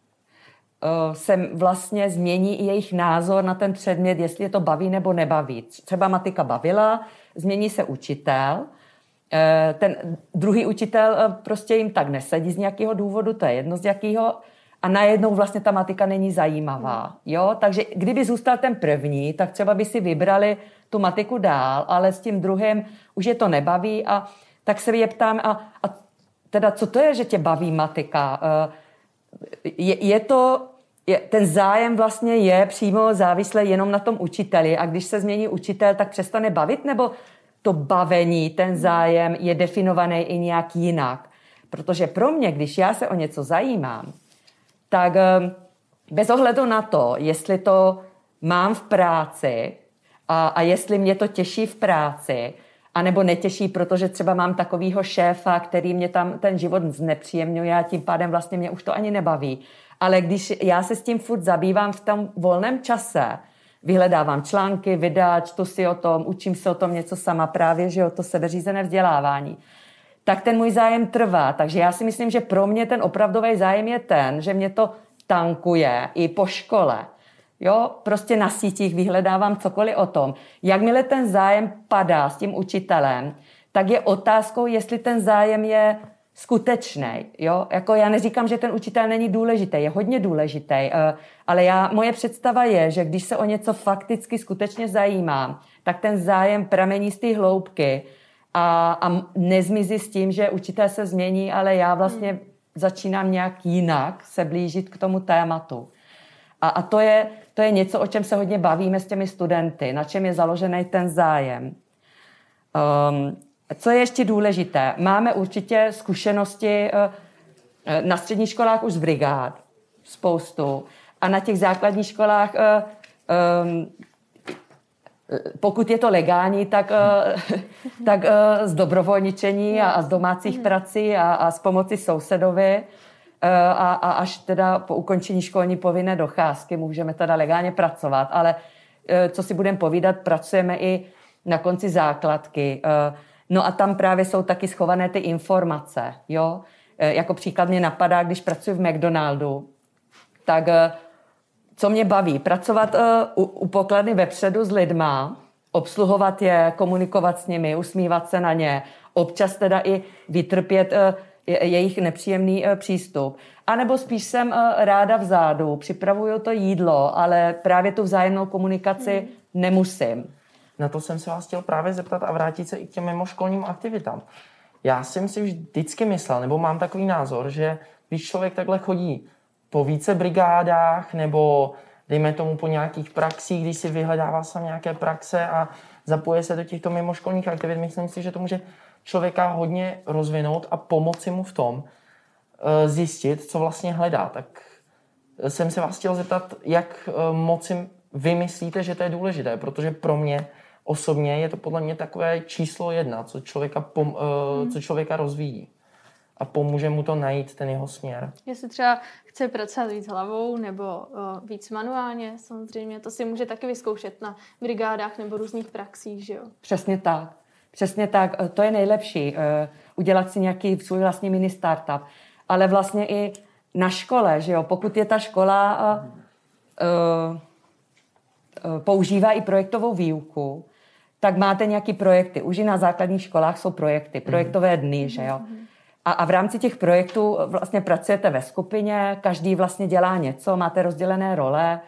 se vlastně změní i jejich názor na ten předmět, jestli je to baví nebo nebaví. Třeba matika bavila, změní se učitel, ten druhý učitel prostě jim tak nesedí z nějakého důvodu, to je jedno z jakého, a najednou vlastně ta matika není zajímavá. Jo? Takže kdyby zůstal ten první, tak třeba by si vybrali tu matiku dál, ale s tím druhým už je to nebaví a tak se je ptám, a teda co to je, že tě baví matika? Ten zájem vlastně je přímo závislý jenom na tom učiteli a když se změní učitel, tak přestane bavit, nebo to bavení, ten zájem je definovaný i nějak jinak? Protože pro mě, když já se o něco zajímám, tak bez ohledu na to, jestli to mám v práci a jestli mě to těší v práci, anebo netěší, protože třeba mám takovýho šéfa, který mě tam ten život znepříjemňuje a tím pádem vlastně mě už to ani nebaví. Ale když já se s tím furt zabývám v tom volném čase, vyhledávám články, videa, čtu si o tom, učím se o tom něco sama právě, že jo, to sebeřízené vzdělávání, tak ten můj zájem trvá. Takže já si myslím, že pro mě ten opravdový zájem je ten, že mě to tankuje i po škole. Jo, prostě na sítích vyhledávám cokoliv o tom. Jakmile ten zájem padá s tím učitelem, tak je otázkou, jestli ten zájem je skutečný. Jo? Jako já neříkám, že ten učitel není důležitý, je hodně důležitý, ale moje představa je, že když se o něco fakticky skutečně zajímám, tak ten zájem pramení z té hloubky a nezmizí s tím, že učitel se změní, ale já vlastně začínám nějak jinak se blížit k tomu tématu. A to je něco, o čem se hodně bavíme s těmi studenty, na čem je založený ten zájem. Co je ještě důležité? Máme určitě zkušenosti Na středních školách už z brigád, spoustu. A na těch základních školách, pokud je to legální, tak z dobrovolničení a z domácích prací a z pomoci sousedovi a až teda po ukončení školní povinné docházky můžeme teda legálně pracovat. Ale co si budeme povídat, pracujeme i na konci základky. No a tam právě jsou taky schované ty informace. Jo? Jako příklad mě napadá, když pracuji v McDonaldu, tak co mě baví? Pracovat u pokladny vepředu s lidma, obsluhovat je, komunikovat s nimi, usmívat se na ně, občas teda i vytrpět jejich nepříjemný přístup. A nebo spíš jsem ráda vzadu, připravuju to jídlo, ale právě tu vzájemnou komunikaci nemusím. Na to jsem se vás chtěl právě zeptat a vrátit se i k těm mimoškolním aktivitám. Já jsem si vždycky myslel, nebo mám takový názor, že když člověk takhle chodí po více brigádách nebo dejme tomu po nějakých praxích, když si vyhledává sám nějaké praxe a zapoje se do těchto mimoškolních aktivit, myslím si, že to může člověka hodně rozvinout a pomoci mu v tom zjistit, co vlastně hledá. Tak jsem se vás chtěl zeptat, jak moc vy myslíte, že to je důležité, protože pro mě osobně je to podle mě takové číslo 1, co člověka rozvíjí a pomůže mu to najít ten jeho směr. Jestli třeba chce pracovat víc hlavou nebo víc manuálně, samozřejmě, to si může taky vyzkoušet na brigádách nebo různých praxích, že jo? Přesně tak. Přesně tak. To je nejlepší. Udělat si nějaký svůj vlastní mini startup. Ale vlastně i na škole, že jo? Pokud je ta škola používá i projektovou výuku, tak máte nějaký projekty. Už i na základních školách jsou projekty, projektové dny, že jo? A v rámci těch projektů vlastně pracujete ve skupině, každý vlastně dělá něco, máte rozdělené role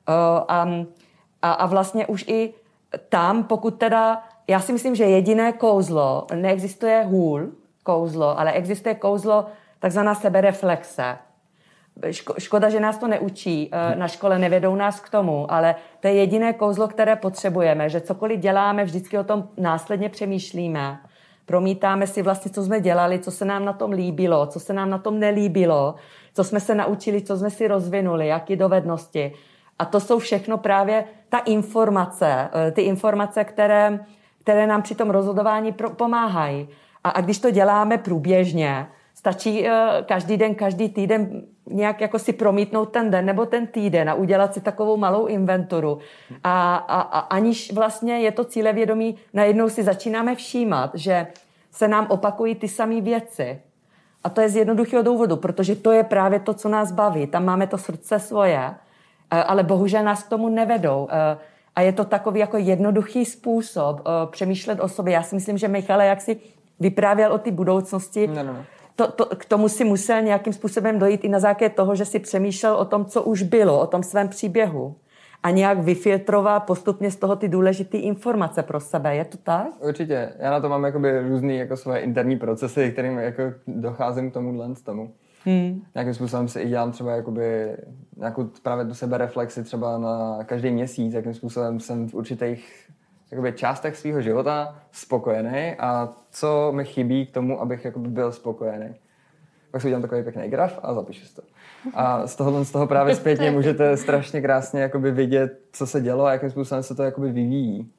a vlastně už i tam, pokud teda, já si myslím, že jediné kouzlo, neexistuje kouzlo, ale existuje kouzlo takzvaná sebereflexe. Škoda, že nás to neučí, na škole nevedou nás k tomu, ale to je jediné kouzlo, které potřebujeme, že cokoliv děláme, vždycky o tom následně přemýšlíme. Promítáme si vlastně, co jsme dělali, co se nám na tom líbilo, co se nám na tom nelíbilo, co jsme se naučili, co jsme si rozvinuli, jaké dovednosti. A to jsou všechno právě ty informace, které nám při tom rozhodování pomáhají. A když to děláme průběžně, stačí každý den, každý týden nějak jako si promítnout ten den nebo ten týden a udělat si takovou malou inventuru. A aniž vlastně je to cílevědomí, najednou si začínáme všímat, že se nám opakují ty samé věci. A to je z jednoduchého důvodu, protože to je právě to, co nás baví. Tam máme to srdce svoje, ale bohužel nás k tomu nevedou. A je to takový jako jednoduchý způsob přemýšlet o sobě. Já si myslím, že Michale, jak si vyprávěl o té budoucnosti, No. K tomu si musel nějakým způsobem dojít i na základě toho, že si přemýšlel o tom, co už bylo, o tom svém příběhu. A nějak vyfiltroval postupně z toho ty důležité informace pro sebe. Je to tak? Určitě. Já na to mám jakoby různý jako svoje interní procesy, kterým jako docházím k tomu. Nějakým způsobem si i dělám třeba jakoby nějakou právě tu sebereflexi třeba na každý měsíc, jakým způsobem jsem v určitých jakoby částech svého života spokojený a co mi chybí k tomu, abych jakoby byl spokojený. Pak si udělám takový pěkný graf a zapíšu si to. A z toho právě zpětně můžete strašně krásně jakoby vidět, co se dělo a jakým způsobem se to jakoby vyvíjí.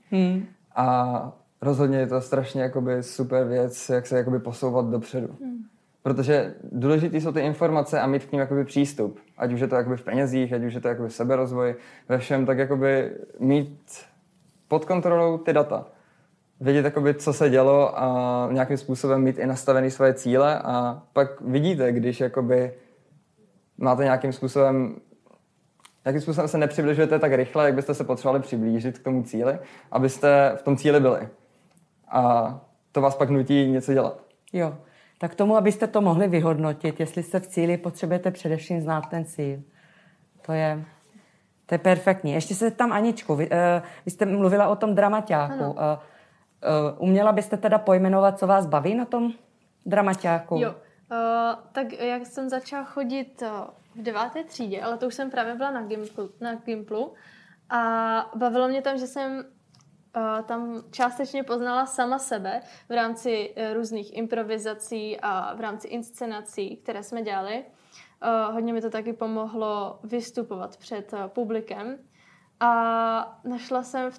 A rozhodně je to strašně jakoby super věc, jak se jakoby posouvat dopředu. Protože důležitý jsou ty informace a mít k ním jakoby přístup. Ať už je to jakoby v penězích, ať už je to jakoby v seberozvoji, ve všem, tak jakoby mít pod kontrolou ty data. Vědět, jakoby, co se dělo a nějakým způsobem mít i nastavený svoje cíle a pak vidíte, když jakoby máte nějakým způsobem se nepřibližujete tak rychle, jak byste se potřebovali přiblížit k tomu cíli, abyste v tom cíli byli. A to vás pak nutí něco dělat. Jo, tak tomu, abyste to mohli vyhodnotit, jestli jste v cíli, potřebujete především znát ten cíl. To je perfektní. Ještě se tam Aničku, vy jste mluvila o tom dramaťáku. Uměla byste teda pojmenovat, co vás baví na tom dramaťáku? Jo, tak jak jsem začala chodit v 9. třídě, ale to už jsem právě byla na Gimplu a bavilo mě tam, že jsem tam částečně poznala sama sebe v rámci různých improvizací a v rámci inscenací, které jsme dělali. Hodně mi to taky pomohlo vystupovat před publikem. A našla jsem v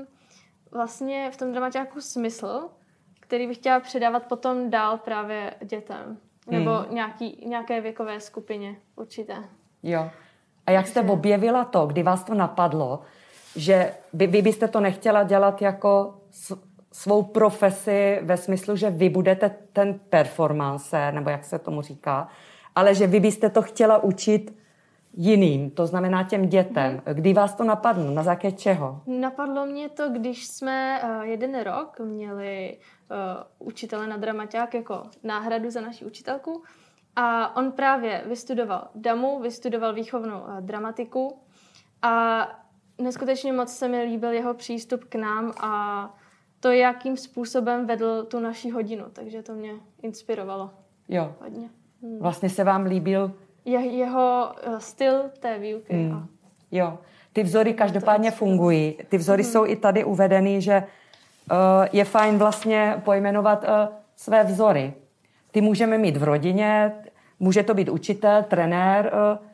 tom dramaťáku smysl, který bych chtěla předávat potom dál právě dětem. Nebo nějaké věkové skupině určité. Jo. A jak jste objevila to, kdy vás to napadlo, že vy byste to nechtěla dělat jako svou profesi ve smyslu, že vy budete ten performancer, nebo jak se tomu říká, ale že vy byste to chtěla učit jiným, to znamená těm dětem. Kdy vás to napadlo? Na základě čeho? Napadlo mě to, když jsme jeden rok měli učitele na dramaťák jako náhradu za naši učitelku a on právě vystudoval DAMu, vystudoval výchovnou dramatiku a neskutečně moc se mi líbil jeho přístup k nám a to, jakým způsobem vedl tu naši hodinu, takže to mě inspirovalo. Jo. Hodně. Vlastně se vám líbil jeho styl té výuky. Jo. Ty vzory každopádně fungují. Ty vzory jsou i tady uvedeny, že je fajn vlastně pojmenovat své vzory. Ty můžeme mít v rodině, může to být učitel, trenér,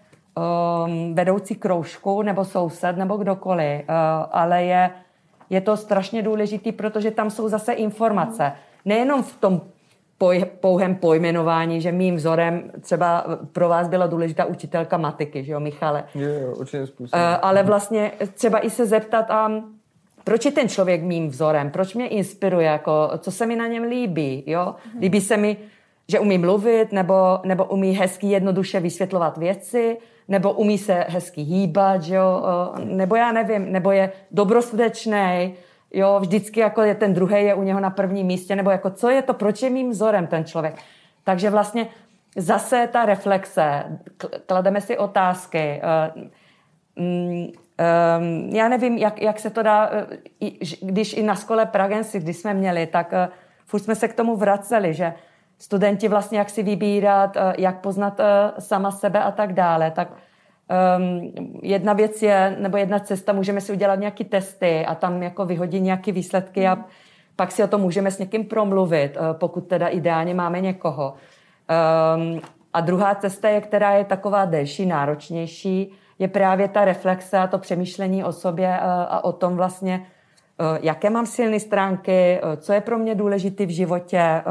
vedoucí kroužku nebo soused nebo kdokoliv, ale je to strašně důležitý, protože tam jsou zase informace. Nejenom v tom pouhém pojmenování, že mým vzorem třeba pro vás byla důležitá učitelka matiky, že jo, Michale? Jo, určitým způsobem. Ale vlastně třeba i se zeptat, proč je ten člověk mým vzorem, proč mě inspiruje, jako, co se mi na něm líbí, jo? Líbí se mi, že umí mluvit, nebo umí hezky jednoduše vysvětlovat věci, nebo umí se hezky hýbat, jo? Nebo já nevím, nebo je dobrosrdečnej, jo, vždycky jako je ten druhý je u něho na prvním místě, nebo jako co je to, proč je mým vzorem ten člověk. Takže vlastně zase ta reflexe, klademe si otázky, já nevím, jak se to dá, když i na škole Pragensi, když jsme měli, tak furt jsme se k tomu vraceli, že studenti vlastně jak si vybírat, jak poznat sama sebe a tak dále, tak jedna věc je, nebo jedna cesta, můžeme si udělat nějaké testy a tam jako vyhodit nějaké výsledky a pak si o tom můžeme s někým promluvit, pokud teda ideálně máme někoho. A druhá cesta je, která je taková delší, náročnější, je právě ta reflexe a to přemýšlení o sobě a o tom vlastně, jaké mám silné stránky, co je pro mě důležité v životě.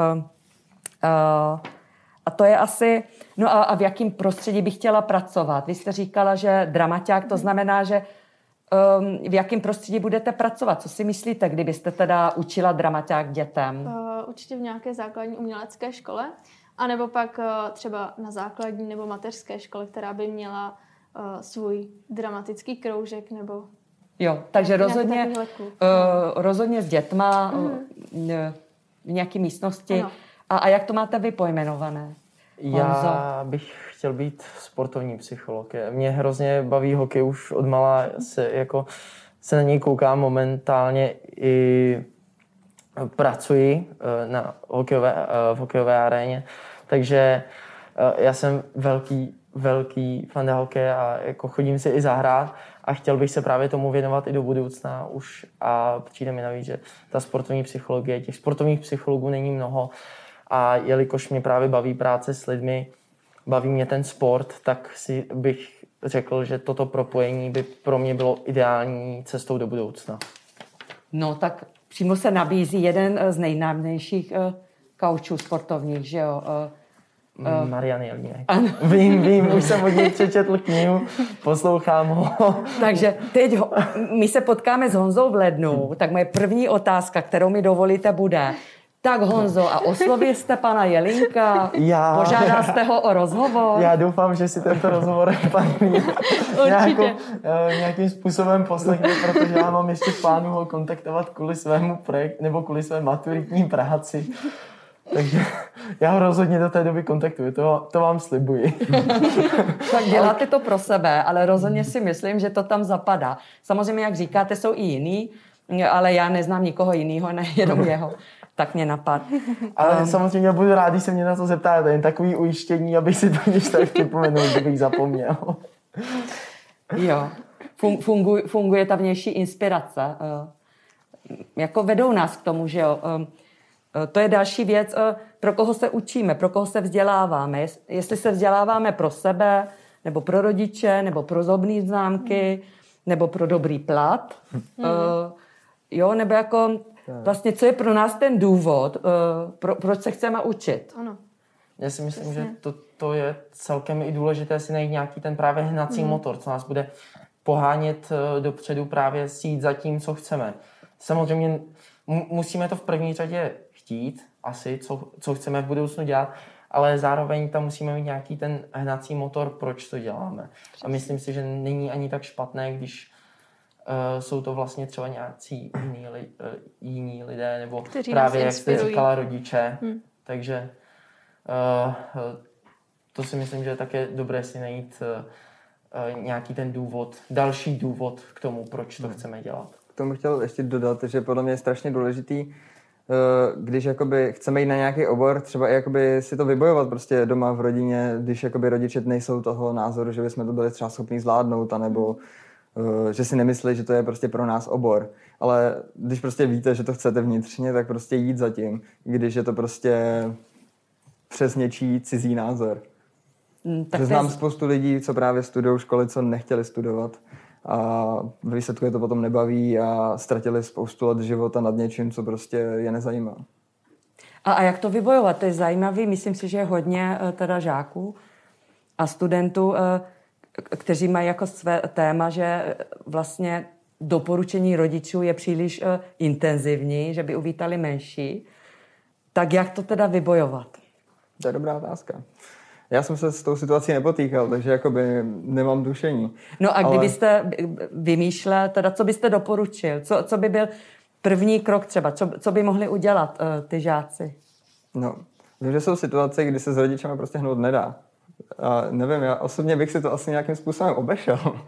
A to je asi, no a v jakém prostředí bych chtěla pracovat. Vy jste říkala, že dramaťák, to znamená, že v jakém prostředí budete pracovat. Co si myslíte, kdybyste teda učila dramaťák dětem? Určitě v nějaké základní umělecké škole, anebo pak třeba na základní nebo mateřské škole, která by měla svůj dramatický kroužek nebo... Jo, takže rozhodně s dětma v nějaké místnosti. Ano. A jak to máte vy pojmenované? Já bych chtěl být sportovní psycholog. Mě hrozně baví hokej, už odmala se na něj koukám momentálně i pracuji v hokejové aréně, takže já jsem velký fan hokeje a jako chodím si i zahrát a chtěl bych se právě tomu věnovat i do budoucna už a přijde mi navíc, že ta sportovní psychologie, těch sportovních psychologů není mnoho a jelikož mě právě baví práce s lidmi, baví mě ten sport, tak si bych řekl, že toto propojení by pro mě bylo ideální cestou do budoucna. No tak přímo se nabízí jeden z nejnámějších kaučů sportovních, že jo? Marian Jelínek. Vím, už jsem od něj přečetl knihu, poslouchám ho. Takže teď my se potkáme s Honzou v lednu, tak moje první otázka, kterou mi dovolíte, bude: tak Honzo, a oslovil jste pana Jelínka? Požádal jste ho o rozhovor? Já doufám, že si tento rozhovor pan nějakým způsobem poslechne, protože já mám ještě v plánu ho kontaktovat kvůli svému projektu nebo kvůli své maturitní práci. Takže já ho rozhodně do té doby kontaktuju, to vám slibuji. Tak děláte to pro sebe, ale rozhodně si myslím, že to tam zapadá. Samozřejmě, jak říkáte, jsou i jiný, ale já neznám nikoho jiného, nejenom jeho. Tak mě napad. Ale samozřejmě budu rád, když se mě na to zeptáte. Jen takový ujištění, abych si to když tak připomenul, kdybych zapomněl. Jo. Funguje ta vnější inspirace. jako vedou nás k tomu, že jo. To je další věc, pro koho se učíme, pro koho se vzděláváme. Jestli se vzděláváme pro sebe, nebo pro rodiče, nebo pro zobní známky, nebo pro dobrý plat. Jo, nebo jako vlastně, co je pro nás ten důvod, proč se chceme učit. Ano. Já si myslím, že to je celkem i důležité si najít nějaký ten právě hnací motor, co nás bude pohánět dopředu právě si jít za tím, co chceme. Samozřejmě musíme to v první řadě chtít, asi, co chceme v budoucnu dělat, ale zároveň tam musíme mít nějaký ten hnací motor, proč to děláme. A myslím si, že není ani tak špatné, když jsou to vlastně třeba nějací jiní lidé, nebo kteří právě, jak jste říkala, rodiče. Takže to si myslím, že je také dobré si najít nějaký ten důvod, další důvod k tomu, proč to chceme dělat. K tomu chtěl ještě dodat, že podle mě je strašně důležitý, když jakoby chceme jít na nějaký obor, třeba i jakoby si to vybojovat prostě doma v rodině, když jakoby rodiče nejsou toho názoru, že bychom to byli třeba schopni zvládnout, anebo že si nemyslí, že to je prostě pro nás obor. Ale když prostě víte, že to chcete vnitřně, tak prostě jít za tím, když je to prostě přes něčí cizí názor. Znám spoustu lidí, co právě studují školy, co nechtěli studovat a v výsledku je to potom nebaví a ztratili spoustu let života nad něčím, co prostě je nezajímá. A jak to vybojovat? To je zajímavý. Myslím si, že je hodně teda žáků a studentů, kteří mají jako své téma, že vlastně doporučení rodičů je příliš intenzivní, že by uvítali menší. Tak jak to teda vybojovat? To je dobrá otázka. Já jsem se s tou situací nepotýkal, takže jakoby nemám tušení. No a kdybyste vymýšlel, teda co byste doporučil? Co by byl první krok třeba? Co by mohli udělat ty žáci? No, vím, že jsou situace, kdy se s rodičema prostě hnout nedá. A nevím, já osobně bych si to asi nějakým způsobem obešel.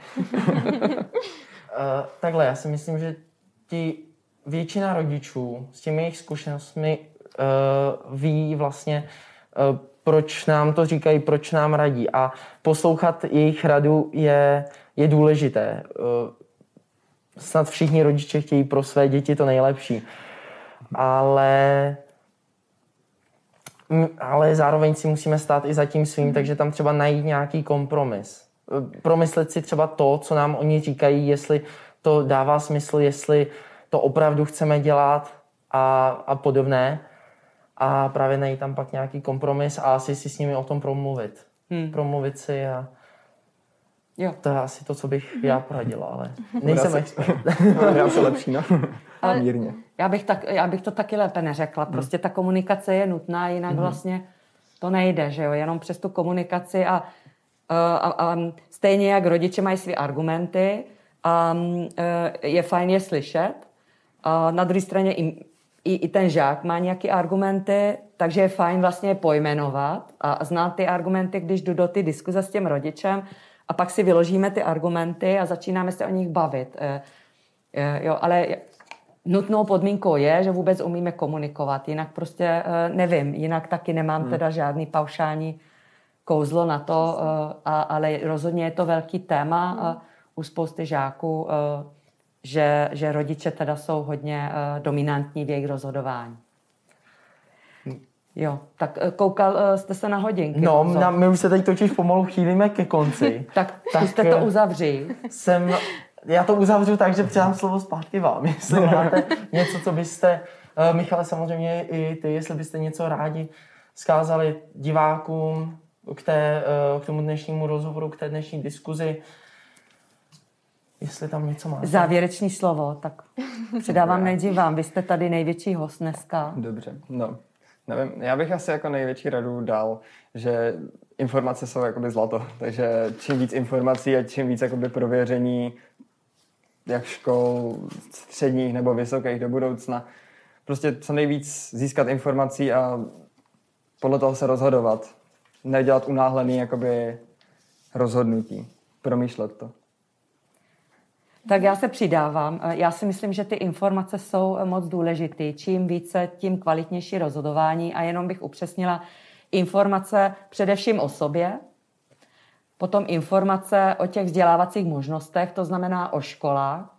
Takhle, já si myslím, že většina rodičů s těmi jejich zkušenostmi ví vlastně, proč nám to říkají, proč nám radí. A poslouchat jejich radu je důležité. Snad všichni rodiče chtějí pro své děti to nejlepší. Ale zároveň si musíme stát i za tím svým, takže tam třeba najít nějaký kompromis. Promyslet si třeba to, co nám oni říkají, jestli to dává smysl, jestli to opravdu chceme dělat a podobné. A právě najít tam pak nějaký kompromis a asi si s nimi o tom promluvit. Promluvit si a jo. To je asi to, co bych já poradila, ale nejsem expert. Já se lepší, no. A mírně. Já bych to taky lépe neřekla. Prostě ta komunikace je nutná, jinak vlastně to nejde, že jo? Jenom přes tu komunikaci a stejně jak rodiče mají své argumenty a je fajn je slyšet. A na druhé straně i ten žák má nějaké argumenty, takže je fajn vlastně je pojmenovat a znát ty argumenty, když jdu do ty diskuze s tím rodičem a pak si vyložíme ty argumenty a začínáme se o nich bavit. Jo, ale nutnou podmínkou je, že vůbec umíme komunikovat, jinak prostě nevím, jinak taky nemám teda žádný paušální kouzlo na to, ale rozhodně je to velký téma u spousty žáků, že rodiče teda jsou hodně dominantní v jejich rozhodování. Jo, tak koukal jste se na hodinky. No, my už se teď totiž pomalu chýlíme ke konci. tak zkuste to uzavřít. Já to uzavřu tak, že předám slovo zpátky vám. Jestli máte něco, co byste, Michale, samozřejmě i ty, jestli byste něco rádi vzkázali divákům k tomu dnešnímu rozhovoru, k té dnešní diskuzi. Jestli tam něco máte. Závěrečný slovo, tak předávám nejdřív vám. Vy jste tady největší host dneska. Dobře, no. Nevím, já bych asi jako největší radu dal, že informace jsou jakoby zlato. Takže čím víc informací a čím víc jakoby prověření jak škol středních nebo vysokých do budoucna. Prostě co nejvíc získat informací a podle toho se rozhodovat. Nedělat unáhlený jakoby rozhodnutí. Promýšlet to. Tak já se přidávám. Já si myslím, že ty informace jsou moc důležité. Čím více, tím kvalitnější rozhodování. A jenom bych upřesnila informace především o sobě, potom informace o těch vzdělávacích možnostech, to znamená o školách,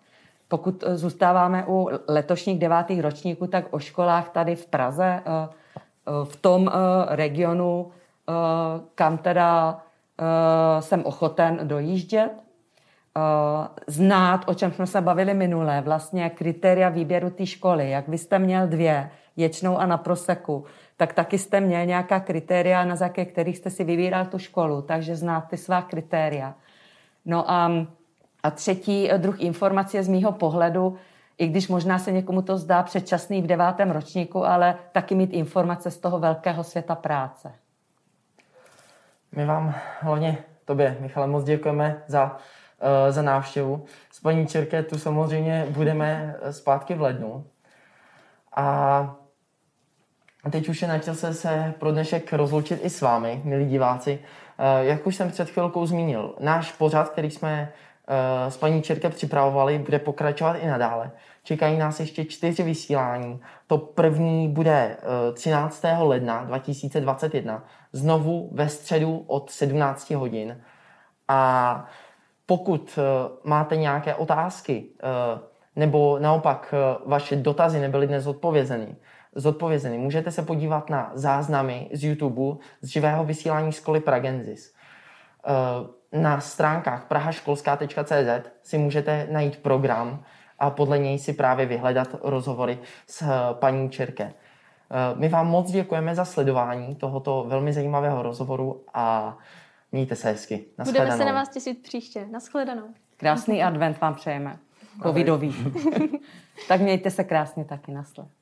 pokud zůstáváme u letošních 9. ročníků, tak o školách tady v Praze, v tom regionu, kam teda jsem ochoten dojíždět, znát, o čem jsme se bavili minule, vlastně kritéria výběru té školy. Jak vy jste měl 2, Ječnou a Na Proseku, tak taky jste měl nějaká kritéria, na základě kterých jste si vybíral tu školu, takže znát ty svá kritéria. No a třetí druh informace je z mýho pohledu, i když možná se někomu to zdá předčasný v 9. ročníku, ale taky mít informace z toho velkého světa práce. My vám, hlavně tobě, Michale, moc děkujeme za návštěvu. S paní Čirke tu samozřejmě budeme zpátky v lednu. A teď už je na čase se pro dnešek rozloučit i s vámi, milí diváci. Jak už jsem před chvilkou zmínil, náš pořad, který jsme s paní Čirke připravovali, bude pokračovat i nadále. Čekají nás ještě 4 vysílání. To první bude 13. ledna 2021, znovu ve středu od 17 hodin. A pokud máte nějaké otázky, nebo naopak vaše dotazy nebyly dnes zodpovězeny, můžete se podívat na záznamy z YouTube z živého vysílání školy Pragensis. Na stránkách prahaškolská.cz si můžete najít program a podle něj si právě vyhledat rozhovory s paní Čirke. My vám moc děkujeme za sledování tohoto velmi zajímavého rozhovoru a mějte se hezky. Budeme se na vás těšit příště. Nashledanou. Krásný advent vám přejeme. Covidový. Tak mějte se krásně taky. Naschle.